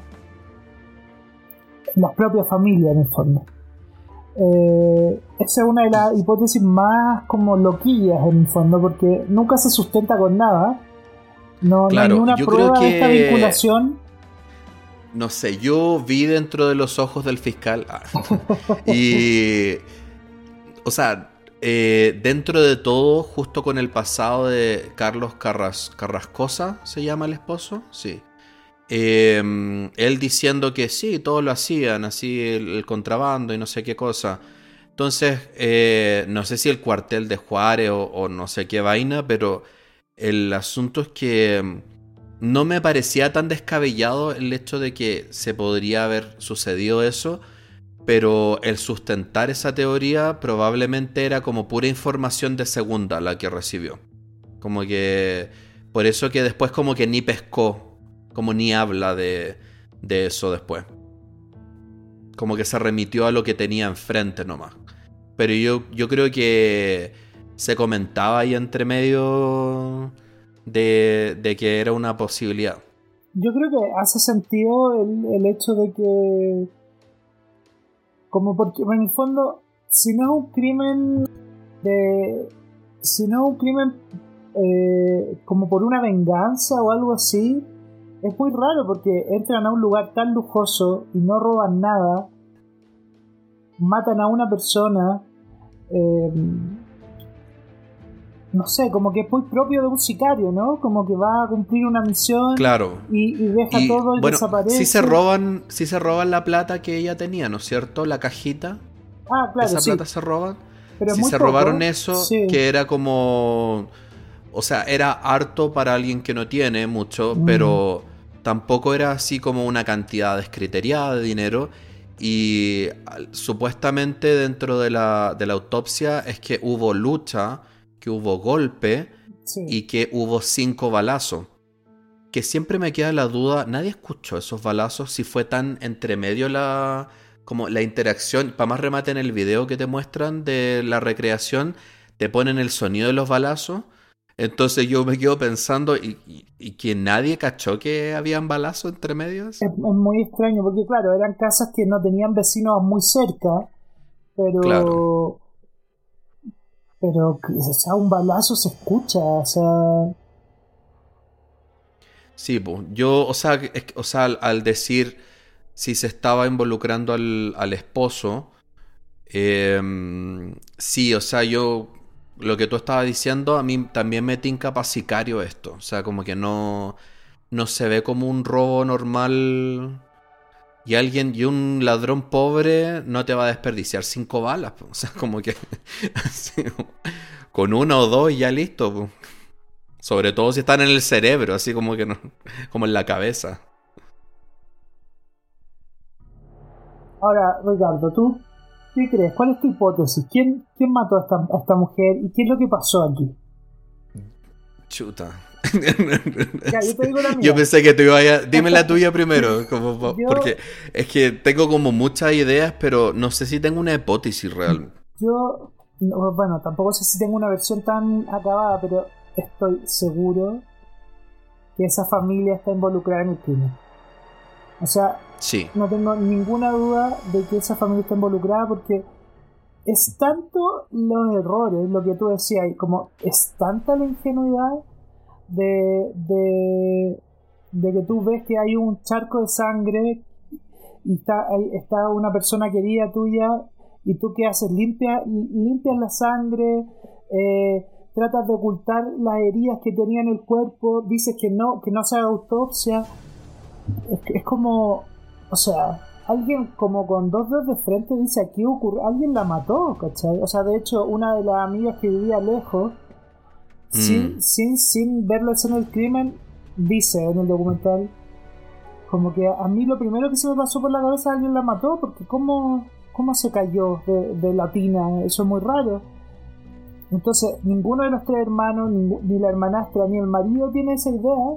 la propia familia en el fondo. Eh, esa es una de las hipótesis más como loquillas en el fondo, porque nunca se sustenta con nada. No, claro, no hay ninguna yo prueba creo que... de esta vinculación. No sé, yo vi dentro de los ojos del fiscal ah, y, o sea, eh, dentro de todo, justo con el pasado de Carlos Carras, Carrascosa, ¿se llama el esposo? Sí. Eh, él diciendo que sí, todos lo hacían, así el, el contrabando y no sé qué cosa. Entonces, eh, no sé si el cuartel de Juárez o, o no sé qué vaina, pero el asunto es que no me parecía tan descabellado el hecho de que se podría haber sucedido eso, pero el sustentar esa teoría probablemente era como pura información de segunda la que recibió. Como que, por eso que después como que ni pescó, como ni habla de, de eso después. Como que se remitió a lo que tenía enfrente nomás. Pero yo, yo creo que se comentaba ahí entre medio de, de que era una posibilidad. Yo creo que hace sentido el, el hecho de que, como porque en el fondo, si no es un crimen de, si no es un crimen eh, como por una venganza o algo así, es muy raro porque entran a un lugar tan lujoso y no roban nada, matan a una persona, eh, no sé, como que es muy propio de un sicario, ¿no? Como que va a cumplir una misión, claro, y, y deja y, todo y bueno, desaparece. sí se roban, sí se roban la plata que ella tenía, ¿no es cierto? La cajita. Ah, claro, Esa sí. plata se roban. Pero Si muy se poco, robaron eso, sí. que era como... O sea, era harto para alguien que no tiene mucho, Mm. pero tampoco era así como una cantidad descriteriada de dinero. Y al- supuestamente dentro de la, de la autopsia es que hubo lucha, que hubo golpe Sí. y que hubo cinco balazos. Que siempre me queda la duda, nadie escuchó esos balazos, si fue tan entre medio la, como la interacción. Para más remate, en el video que te muestran de la recreación, te ponen el sonido de los balazos. Entonces yo me quedo pensando, ¿y, y, y que nadie cachó que habían balazos entre medios? Es, es muy extraño, porque claro, eran casas que no tenían vecinos muy cerca, pero... Claro. Pero, o sea, un balazo se escucha, o sea... Sí, pues, yo, o sea, es que- o sea, al, al decir si se estaba involucrando al, al esposo, eh, sí, o sea, yo, lo que tú estabas diciendo, a mí también me tinca pa' sicario esto, o sea, como que no, no se ve como un robo normal y alguien, y un ladrón pobre no te va a desperdiciar cinco balas, po. O sea, como que así, con una o dos y ya listo, po. Sobre todo si están en el cerebro, así como que no, como en la cabeza. Ahora, Ricardo, ¿tú qué crees? ¿Cuál es tu hipótesis? ¿Quién, quién mató a esta, a esta mujer y qué es lo que pasó aquí? Chuta. Ya, yo te digo la mía. Yo pensé que tú ibas a... Dime la tuya primero, como, po- Yo- porque es que tengo como muchas ideas, pero no sé si tengo una hipótesis real. Yo, no, bueno, tampoco sé si tengo una versión tan acabada, pero estoy seguro que esa familia está involucrada en el crimen. O sea, Sí, no tengo ninguna duda de que esa familia está involucrada, porque es tanto los errores, lo que tú decías, y como es tanta la ingenuidad de, de, de que tú ves que hay un charco de sangre y está, hay, está una persona querida tuya, y tú qué haces, Limpia, limpias la sangre, eh, tratas de ocultar las heridas que tenía en el cuerpo, dices que no, que no se haga autopsia. Es, que es como, o sea, alguien como con dos dedos de frente dice, aquí ocurrió, alguien la mató, ¿cachai? O sea, de hecho, una de las amigas que vivía lejos, Mm. sin, sin, sin ver la escena del crimen, dice en el documental, como que a mí lo primero que se me pasó por la cabeza, alguien la mató, porque cómo, cómo se cayó de, de la tina, eso es muy raro. Entonces, ninguno de los tres hermanos, ni, ni la hermanastra, ni el marido tiene esa idea.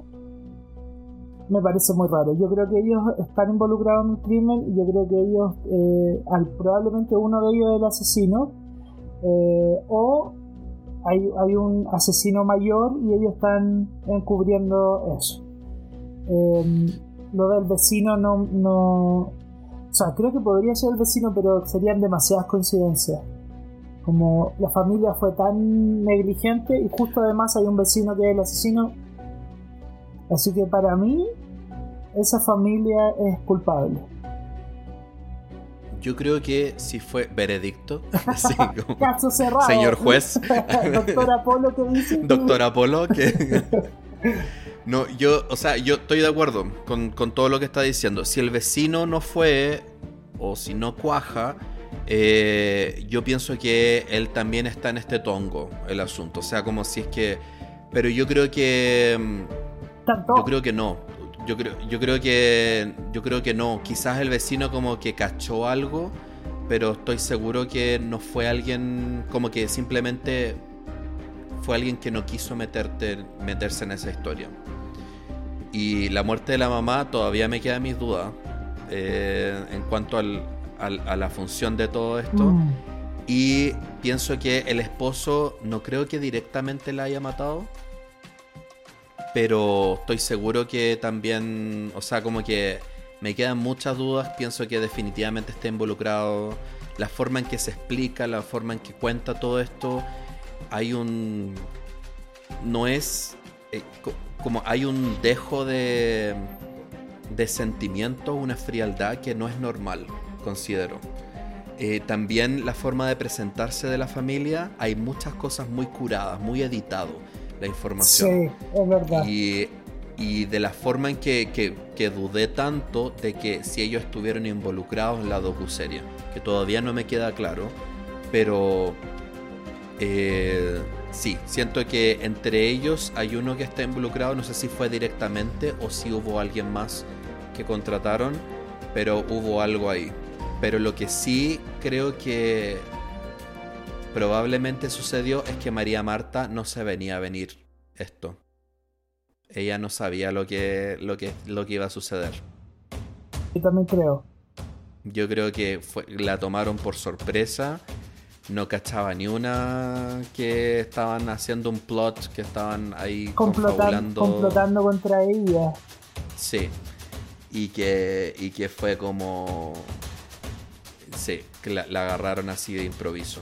Me parece muy raro. Yo creo que ellos están involucrados en un crimen, y yo creo que ellos, eh, al, probablemente uno de ellos es el asesino, eh, o hay, hay un asesino mayor y ellos están encubriendo eso. Eh, lo del vecino no, no... O sea, creo que podría ser el vecino, pero serían demasiadas coincidencias. Como la familia fue tan negligente y justo además hay un vecino que es el asesino. Así que para mí, esa familia es culpable. yo creo que si fue veredicto, así como, Caso cerrado. señor juez, Doctor Apolo, ¿qué dice? doctor Apolo, que... No, yo, o sea, yo estoy de acuerdo con, con todo lo que está diciendo. Si el vecino no fue, o si no cuaja, eh, yo pienso que él también está en este tongo, el asunto. O sea, como si es que... Pero yo creo que... mm, Tanto. Yo creo que no. Yo creo, yo creo que... Yo creo que no. Quizás el vecino como que cachó algo, pero estoy seguro que no fue alguien... Como que simplemente fue alguien que no quiso meterte, meterse en esa historia. Y la muerte de la mamá todavía me quedan mis dudas eh, en cuanto al, al, a la función de todo esto. Mm. Y pienso que el esposo no creo que directamente la haya matado, pero estoy seguro que también, o sea, como que me quedan muchas dudas. Pienso que definitivamente está involucrado. La forma en que se explica, la forma en que cuenta todo esto, hay un... no es... eh, co- como hay un dejo de, de sentimiento, una frialdad que no es normal, considero. eh, también la forma de presentarse de la familia, hay muchas cosas muy curadas, muy editado la información. Sí, es verdad. Y, y de la forma en que, que, que dudé tanto de que si ellos estuvieron involucrados en la docuserie, que todavía no me queda claro, pero eh, sí, siento que entre ellos hay uno que está involucrado, no sé si fue directamente o si hubo alguien más que contrataron, pero hubo algo ahí. Pero lo que sí creo que probablemente sucedió es que María Marta no se venía a venir esto. Ella no sabía lo que, lo que, lo que iba a suceder. Yo también creo. Yo creo que fue, la tomaron por sorpresa. No cachaba ni una que estaban haciendo un plot, que estaban ahí Complotan, complotando contra ella. Sí. Y que, y que fue como... Sí, que la, la agarraron así de improviso.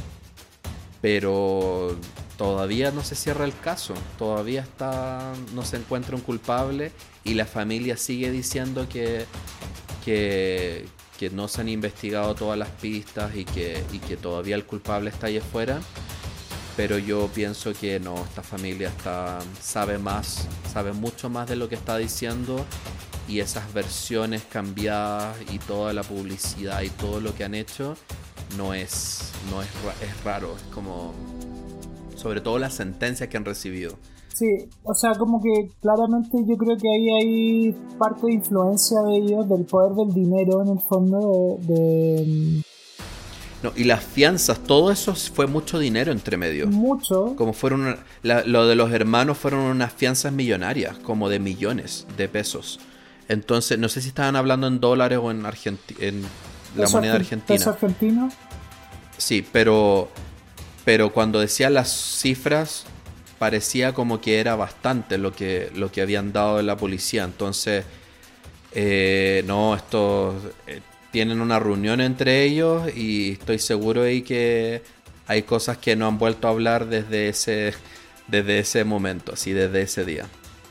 Pero todavía no se cierra el caso. Todavía está, no se encuentra un culpable y la familia sigue diciendo que, que, que no se han investigado todas las pistas y que, y que todavía el culpable está ahí afuera. Pero yo pienso que no, esta familia está, sabe más, sabe mucho más de lo que está diciendo. Y esas versiones cambiadas y toda la publicidad y todo lo que han hecho no es, no es, es raro, es como sobre todo las sentencias que han recibido. Sí, o sea, como que claramente yo creo que ahí hay parte de influencia de ellos, del poder del dinero en el fondo de... de... No, y las fianzas, todo eso fue mucho dinero entre medio. Mucho. Como fueron, la, lo de los hermanos fueron unas fianzas millonarias, como de millones de pesos. Entonces, no sé si estaban hablando en dólares o en, Argenti- en la moneda argentina. ¿Peso argentino? Sí, pero, pero cuando decía las cifras, parecía como que era bastante lo que, lo que habían dado de la policía. Entonces, eh, no, estos eh, tienen una reunión entre ellos y estoy seguro ahí que hay cosas que no han vuelto a hablar desde ese, desde ese momento, así desde ese día.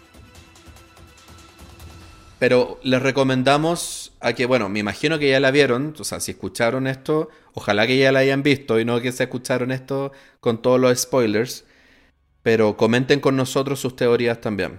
Pero les recomendamos a que, bueno, me imagino que ya la vieron, o sea, si escucharon esto, ojalá que ya la hayan visto y no que se escucharon esto con todos los spoilers, pero comenten con nosotros sus teorías también.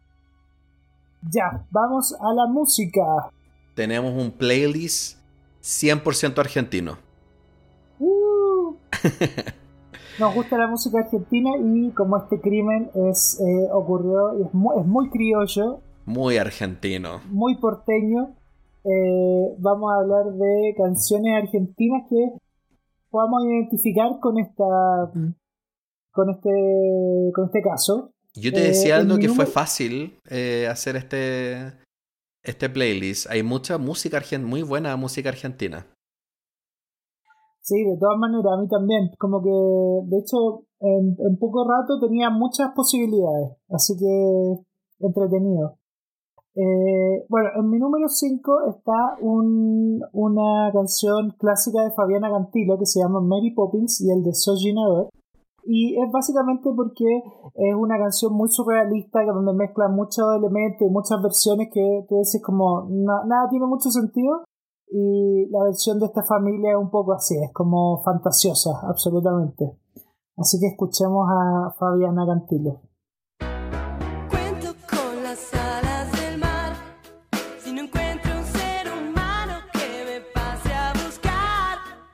Ya, vamos a la música. Tenemos un playlist cien por ciento argentino. Uh. Nos gusta la música argentina y como este crimen es eh, ocurrió, es muy, es muy criollo, muy argentino, muy porteño, eh, vamos a hablar de canciones argentinas que podamos identificar con esta con este con este caso. Yo te decía, eh, Aldo, que número... fue fácil eh, hacer este este playlist. Hay mucha música argentina, muy buena música argentina. Sí, de todas maneras, a mí también. Como que, de hecho, en, en poco rato tenía muchas posibilidades. Así que, entretenido. Eh, bueno, en mi número cinco está un, una canción clásica de Fabiana Cantilo que se llama Mary Poppins y el de Soy Ginador. Y es básicamente porque es una canción muy surrealista donde mezcla muchos elementos y muchas versiones que tú dices como na, nada tiene mucho sentido. Y la versión de esta familia es un poco así, es como fantasiosa, absolutamente. Así que escuchemos a Fabiana Cantilo. Cuento con las alas del mar, si no encuentro un ser humano que me pase a buscar.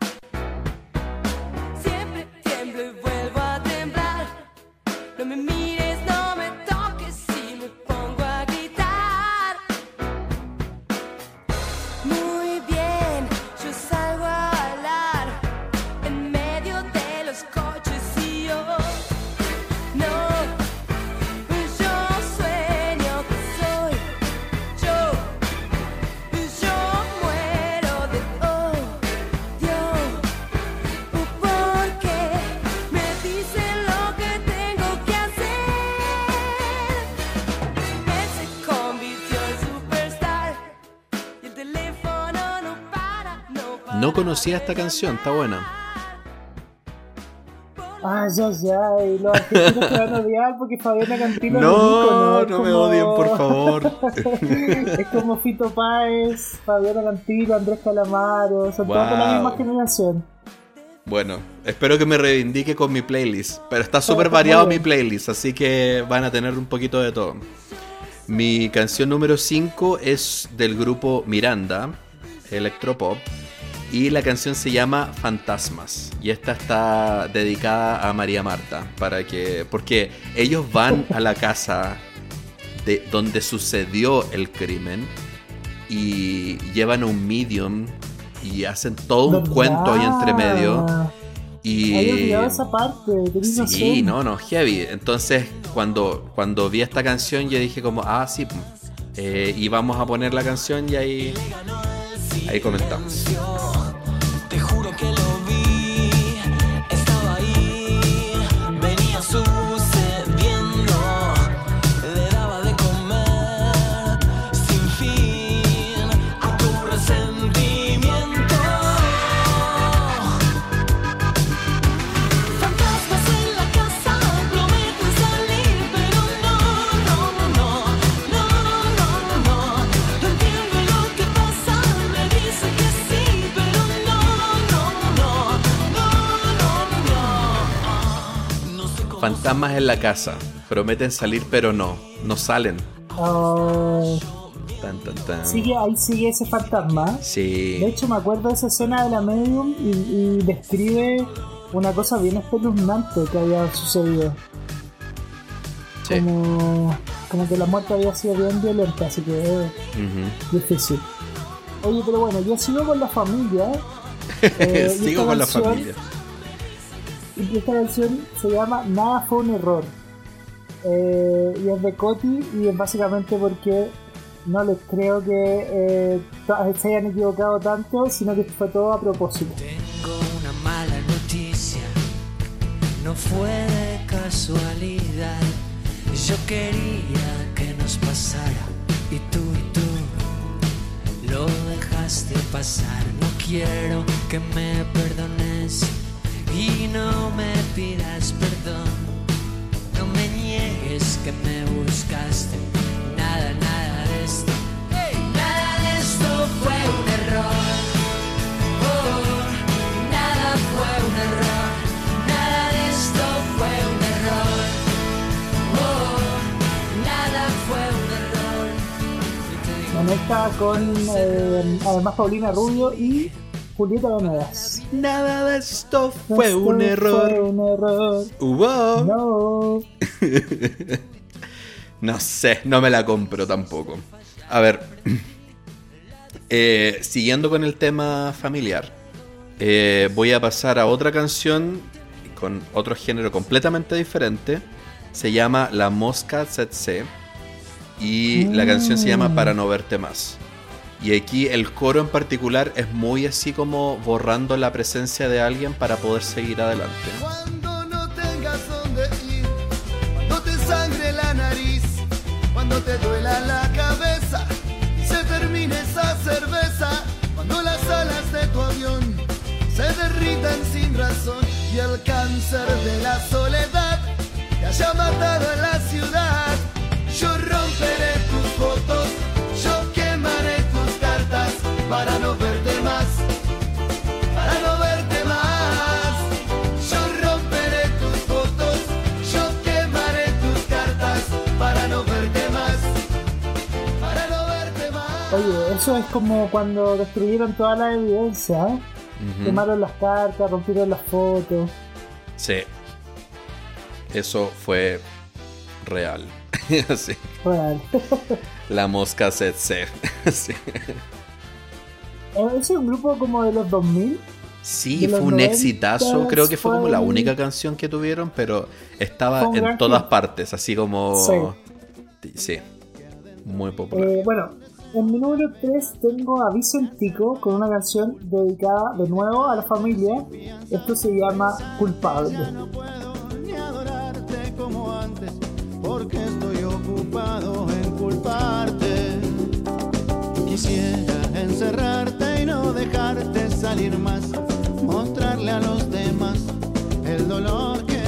Siempre tiemblo y vuelvo a temblar, no me mires, no me toques si me pongo a gritar. Muy bien, yo salgo a bailar en medio de los coches y yo no, yo sueño que soy yo, yo muero de odio, porque me dicen lo que tengo que hacer. Él se convirtió en superstar y el teléfono no para, no para. No conocía esta canción, está buena. Ah, ya, ya, y los argentinos te van a odiar porque Fabiana Cantilo No, es un ícono, es no me como- odien, por favor. Es como Fito Páez, Fabiana Cantilo, Andrés Calamaro, son todos de la Wow. misma generación. Bueno, espero que me reivindique con mi playlist. Pero está Está- súper está variado muy mi bien. playlist, así que van a tener un poquito de todo. Mi canción número cinco es del grupo Miranda, Electropop. Y la canción se llama Fantasmas. Y esta está dedicada a María Marta. Para que. Porque ellos van a la casa de donde sucedió el crimen. Y llevan un medium. Y hacen todo un ¿Verdad? cuento ahí entre medio. Y. Había olvidado esa parte, tenés Sí, razón. no, no, heavy. Entonces, cuando, cuando vi esta canción, yo dije como, ah, sí, pum. Eh, y vamos a poner la canción y ahí, ahí comentamos. Te juro que lo vi, estaba ahí, venía sucediendo, le daba de comer sin fin a tu resentimiento. Fantasmas en la casa, prometen salir, pero no, no, no, no, no, no, no, no, no entiendo lo que pasa, me dicen que sí, pero no, no, no, no, no, no, no sé cómo. Fantasmas en la casa. Prometen salir, pero no. No salen. Oh, Tan, tan, tan. sigue, ahí sigue ese fantasma. De Sí. hecho, me acuerdo de esa escena de la medium y, y describe una cosa bien espeluznante que había sucedido. Sí. Como, como que la muerte había sido bien violenta, así que es Ujú. difícil. Oye, pero bueno, yo sigo con la familia. eh, y Sigo esta con la canción- familia. Y esta canción se llama Nada fue un error. Eh, y es de Coti y es básicamente porque no les creo que eh, to- se hayan equivocado tanto, sino que fue todo a propósito. Tengo una mala noticia, no fue de casualidad. Yo quería que nos pasara y tú y tú lo dejaste pasar. No quiero que me perdones y no me pidas perdón. No me niegues que me buscaste. Nada, nada de esto. Nada de esto fue un error. Oh, nada fue un error. Nada de esto fue un error. Oh, nada fue un error. Y te digo, Bueno, está con eh, además Paulina Rubio y Julieta Venegas. Nada de esto fue Esto un error. Fue un error. Hubo. No. No sé, no me la compro tampoco. A ver, eh, siguiendo con el tema familiar, eh, voy a pasar a otra canción con otro género completamente diferente. Se llama La Mosca Tsetse y la canción se llama Para no verte más. Y aquí el coro en particular es muy así como borrando la presencia de alguien para poder seguir adelante. Cuando no tengas dónde ir, cuando te sangre la nariz, cuando te duela la cabeza, se termine esa cerveza, cuando las alas de tu avión se derritan sin razón y el cáncer de la soledad te haya matado en la ciudad. Yo romperé tus fotos, yo quemaré tus cartas para no verte más. Para no verte más, yo romperé tus fotos, yo quemaré tus cartas para no verte más, para no verte más. Oye, eso es como cuando destruyeron toda la evidencia, ¿eh? Ujú. Quemaron las cartas, rompieron las fotos. Sí. Eso fue real. Sí. Real. La Mosca Tsetse. Sí. Ese es un grupo como de los dos mil. Sí, De fue los un noventas exitazo. Creo que fue como la fue- única canción que tuvieron, pero estaba Fue un en gran todas hit. partes, así como. Sí. Muy popular. Eh, bueno, en mi número tres tengo a Vicentico con una canción dedicada de nuevo a la familia. Esto se llama Culpable. No puedo ni adorarte como antes, porque estoy ocupado en culparte. Quisiera encerrarte y no dejarte salir más, mostrarle a los demás el dolor que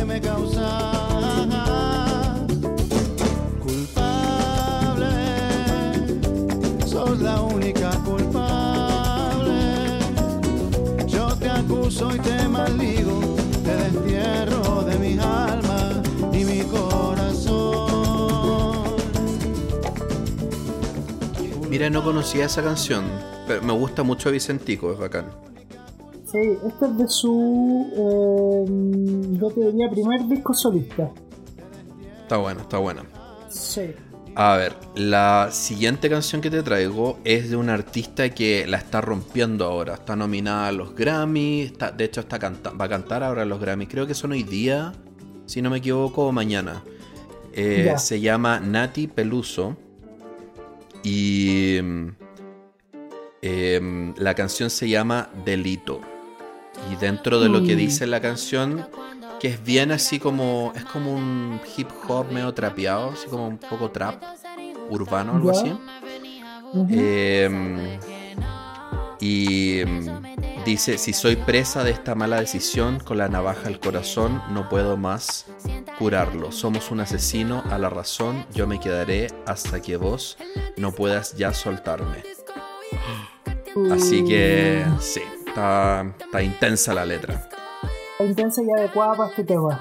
Mira, no conocía esa canción, pero me gusta mucho Vicentico, es bacán. Sí, este es de su, eh, yo te diría, primer disco solista. Está buena, está buena. Sí. A ver, la siguiente canción que te traigo es de un artista que la está rompiendo ahora. Está nominada a los Grammy, está, de hecho está canta- va a cantar ahora en los Grammy. Creo que son hoy día, si no me equivoco, o mañana. Eh, Ya. se llama Nati Peluso. Y eh, la canción se llama Delito. Y dentro de lo que Mm. dice la canción, que es bien así como, es como un hip hop medio trapeado, así como un poco trap urbano, algo Ya. así. Ujú. Eh, y mm, dice, si soy presa de esta mala decisión, con la navaja al corazón, no puedo más curarlo. Somos un asesino a la razón, yo me quedaré hasta que vos no puedas ya soltarme. Así que sí, está, está intensa la letra. Intensa y adecuada para este tema.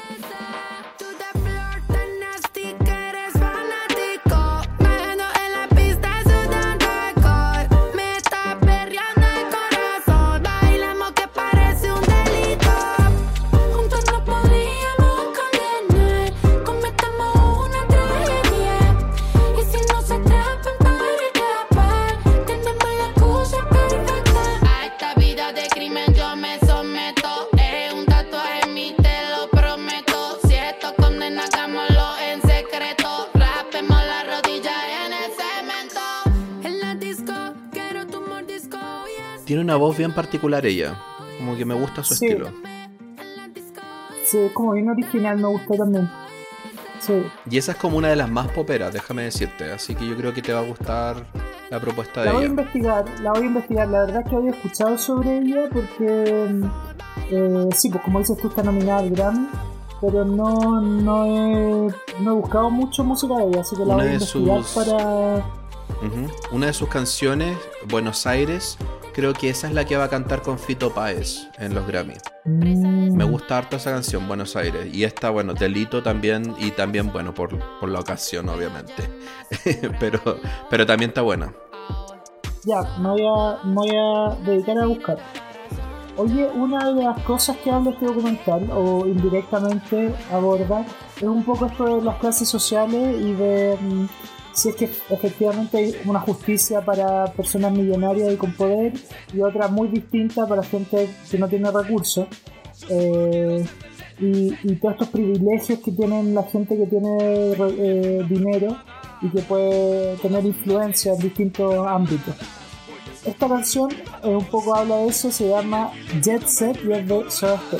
Tú de flor tan nasty que eres fanático. Menos en la pista sudando alcohol. Me está perreando el corazón. Bailamos que parece un delito. Juntos no podríamos condenar. Cometemos una tragedia. Y si no se atrapan para escapar, tenemos la excusa perfecta. A esta vida de crimen yo me someto. Es un tatuaje en mí, te lo prometo. Si esto condena, hagámoslo en secreto. Rapemos la rodilla en el cemento. En la disco, quiero tu mordisco. Yes. Tiene una voz bien particular ella, como que me gusta su Sí. estilo. En la disco. Sí, es como bien original, me gustó también. Sí. Y esa es como una de las más poperas, déjame decirte. Así que yo creo que te va a gustar la propuesta de La voy a ella. investigar, la voy a investigar. La verdad es que había escuchado sobre ella porque, eh, sí, pues como dices tú, está nominada al Grammy, pero no, no, he, no he buscado mucho música de ella, así que la Una voy a de investigar sus- para... Ujú. Una de sus canciones, Buenos Aires, creo que esa es la que va a cantar con Fito Páez en los Grammy. Mm, Me gusta harto esa canción, Buenos Aires. Y esta, bueno, Delito también, y también, bueno, por, por la ocasión, obviamente. pero, pero también está buena. Ya, me voy, a, me voy a dedicar a buscar. Oye, una de las cosas que habla este documental, o indirectamente aborda, es un poco esto de las clases sociales y de mm, si es que efectivamente hay una justicia para personas millonarias y con poder y otra muy distinta para gente que no tiene recursos. Eh, y, y todos estos privilegios que tienen la gente que tiene eh, dinero y que puede tener influencia en distintos ámbitos. Esta canción eh, un poco habla de eso, se llama Jet Set y es de Soda Stereo.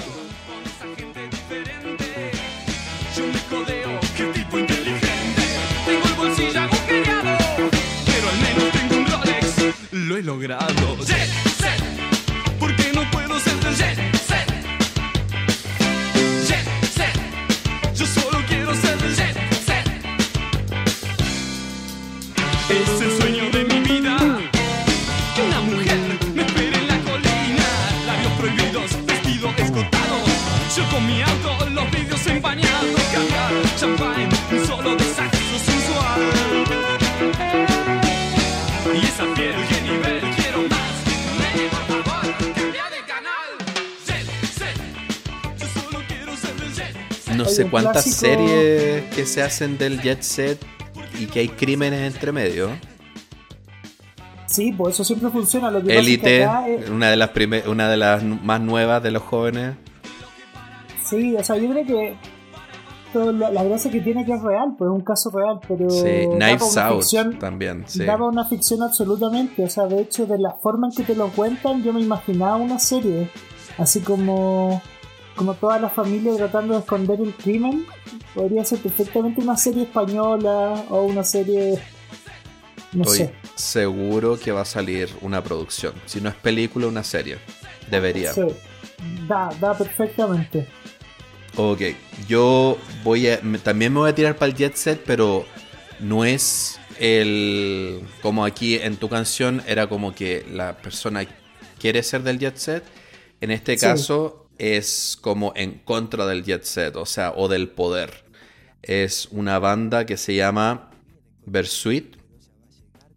Yo me codeo, qué tipo inteligente. Tengo el bolsillo agujereado, pero al menos tengo un Rolex. Lo he logrado. Jet set, ¿por qué no puedo ser del jet set? Jet set, yo solo quiero ser del jet set. Es el sueño de mi vida. Que una mujer me espere en la colina. Labios prohibidos, vestido escotado. Yo con mi auto, los vidrios empañados. Caviar, champagne, un solo de sexo sensual. Y esa piel, qué nivel, quiero más. Nene, por favor, cambia de canal. Jet set, yo solo quiero ser del jet set. No Oye, sé un cuántas clásico- series que se hacen del Jet Set y que hay crímenes entre medio. Sí, pues eso siempre funciona. Lo que pasa es que Élite, acá, eh, una de las prime- una de las más nuevas de los jóvenes. sí, o sea, yo creo que todo la, la gracia que tiene que es real, pues es un caso real, pero Sí, da Knives para una Out ficción, también, sí. da para una ficción absolutamente. O sea, de hecho, de la forma en que te lo cuentan, yo me imaginaba una serie, así como como toda la familia tratando de esconder el crimen. Podría ser perfectamente una serie española o una serie, no Estoy sé. seguro que va a salir una producción. Si no es película, una serie. Debería. Sí, da, da perfectamente. Ok, yo voy a... me- También me voy a tirar para el Jet Set, pero no es el... Como aquí en tu canción era como que la persona quiere ser del Jet Set. En este Sí. caso es como en contra del Jet Set, o sea, o del poder. Es una banda que se llama Versuit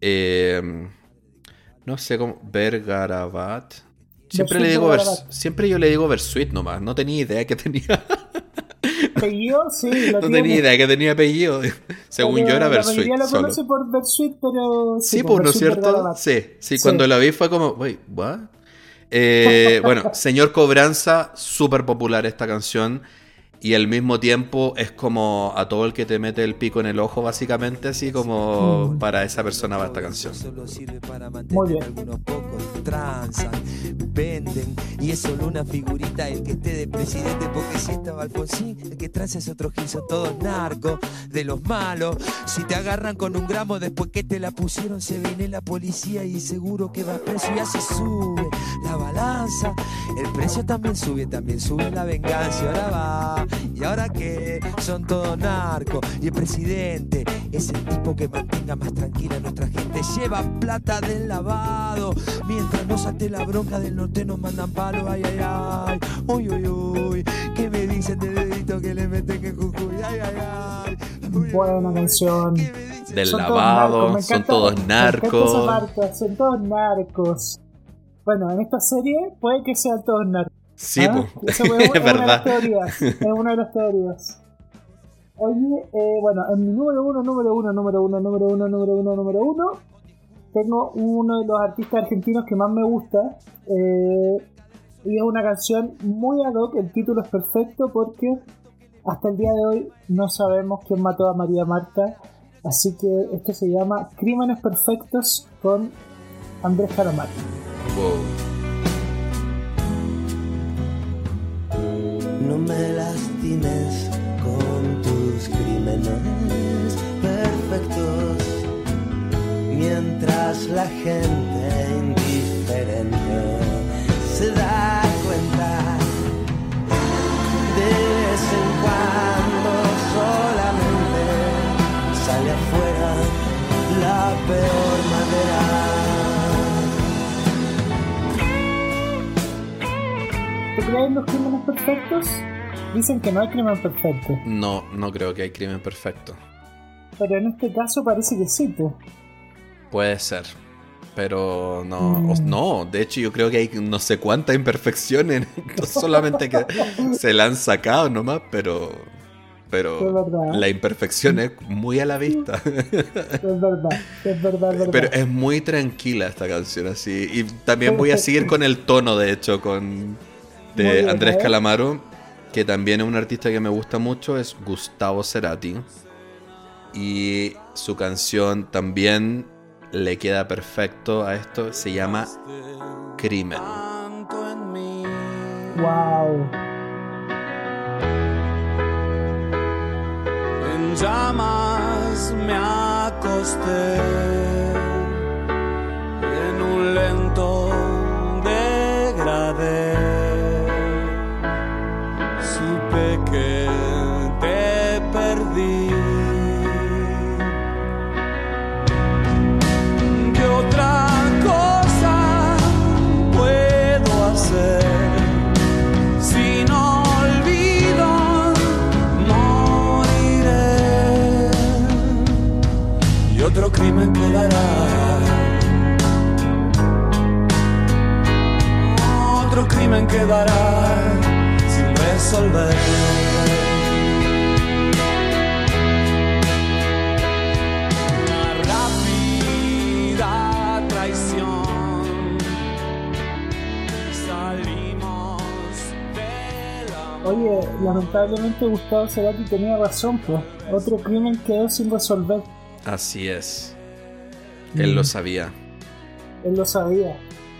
Eh, no sé cómo. Vergarabat. Siempre Bersuit le digo Vergarabat. vers- Siempre yo le digo Bersuit nomás. No tenía idea que tenía. Apellido, sí, lo No tiene. tenía idea que tenía apellido. Según Pero yo era la Bersuit. mayoría lo Solo. conoce por Bersuit, pero. Sí, por pues, ¿no es Bersuit cierto? Vergarabat. Sí, sí, Sí. cuando la vi fue como, wait, what? Eh, bueno, Señor Cobranza, súper popular esta canción. Y al mismo tiempo es como a todo el que te mete el pico en el ojo, básicamente, así como Mm. para esa persona va esta canción. Solo sirve para Muy mantener bien. algunos pocos transan, venden y es solo una figurita el que esté de presidente, porque si estaba Alfonsín, el que transa es otro gil, son todos narcos de los malos. Si te agarran con un gramo después que te la pusieron, se viene la policía y seguro que va preso y así sube la balanza. El precio también sube, también sube la venganza. Y ahora va, y ahora que son todos narcos y el presidente es el tipo que mantenga más tranquila a nuestra gente. Lleva plata del lavado mientras nos ate la bronca del norte, nos mandan palos. Ay, ay, ay, uy, uy, uy. ¿Qué me dicen de dedito que le meten en Jujuy? Ay, ay, ay. Uy, uy, Buena uy. canción. ¿Qué me dicen? Del Son todos lavado, narcos, me son encanta- todos me encanta esa narcos. marca, son todos narcos. Bueno, en esta serie puede que sean todos narcos. Sí, ¿ah? pues, Eso es, es una de las verdad. teorías. Es una de las teorías. Oye, eh, bueno, en mi número uno, número uno, número uno, número uno, número uno, número uno, tengo uno de los artistas argentinos que más me gusta. Eh, y es una canción muy ad hoc. El título es perfecto porque hasta el día de hoy no sabemos quién mató a María Marta. Así que esto se llama Crímenes Perfectos con Andrés Calamaro. Wow. No me lastimes con tus crímenes perfectos, mientras la gente indiferente se da cuenta. De vez en cuando solamente sale afuera la peor manera. ¿Te crees en los crímenes perfectos? Dicen que no hay crimen perfecto, No, no creo que hay crimen perfecto. pero en este caso parece que sí, pues. Puede ser. Pero no, Mm. o- no, de hecho yo creo que hay no sé cuántas imperfecciones, no solamente que se la han sacado nomás, pero, pero Es verdad. la imperfección es muy a la vista. Es verdad, es verdad, es verdad. Pero es muy tranquila esta canción así. Y también voy a Perfecto. seguir con el tono, de hecho, con Muy de bien, Andrés a ver. Calamaro, que también es un artista que me gusta mucho, es Gustavo Cerati. Y su canción también le queda perfecto a esto, se llama Crimen. Wow. En llamas me acosté en un lento degradé. Supe que te perdí. ¿Qué otra cosa puedo hacer si no olvido? Moriré y otro crimen quedará. Otro crimen quedará sin resolver. Una rápida traición. Salimos de la. Oye, lamentablemente Gustavo Cerati tenía razón, pues. Otro crimen quedó sin resolver. Así es. Él Mm. lo sabía. Él lo sabía.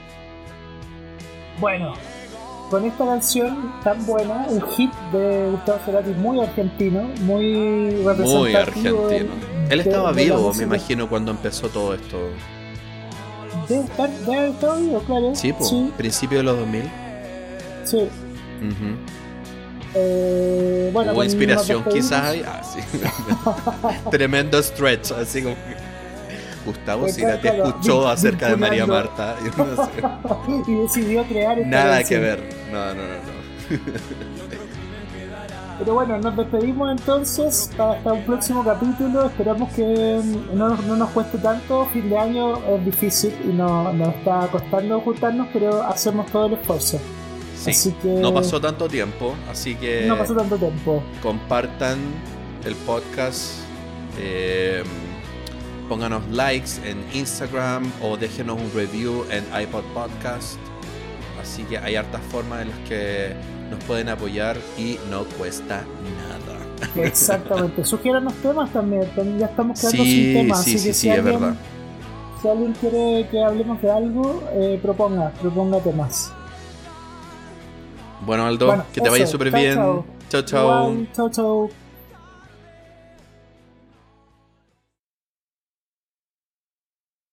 Bueno, con esta canción tan buena, un hit de Gustavo Cerati muy argentino, muy representativo. Muy argentino. del- Él de- estaba de la vivo, me música. imagino, cuando empezó todo esto. Debe estar, debe haber estado vivo, claro. Sí, po, sí, principio de los dos mil. sí. Ujú. Eh, bueno, Hubo con- inspiración nos quizás despedimos. ahí. Ah, sí. Tremendo stretch, así como que Gustavo Eh, Cerati claro, escuchó vin- acerca de María vinculando. Marta. Y no sé, y decidió crear esta nada que canción. ver. No, no, no, no. Pero bueno, nos despedimos entonces hasta un próximo capítulo. Esperamos que no, no nos cueste tanto. Fin de año es difícil y no, nos está costando juntarnos, pero hacemos todo el esfuerzo. Sí, así que no pasó tanto tiempo, así que no pasó tanto tiempo. compartan el podcast, eh, pónganos likes en Instagram o déjenos un review en iPod Podcast. Así que hay hartas formas en las que nos pueden apoyar y no cuesta nada. Exactamente. Sugiéranos temas también. Ya estamos quedando Sí, sin temas. sí, así sí, que sí, si es alguien, verdad. si alguien quiere que hablemos de algo, eh, proponga, proponga temas. Bueno, Aldo, Bueno, que te eso. vaya súper Chao, bien. chao. Chao, chao. Igual, chao, chao.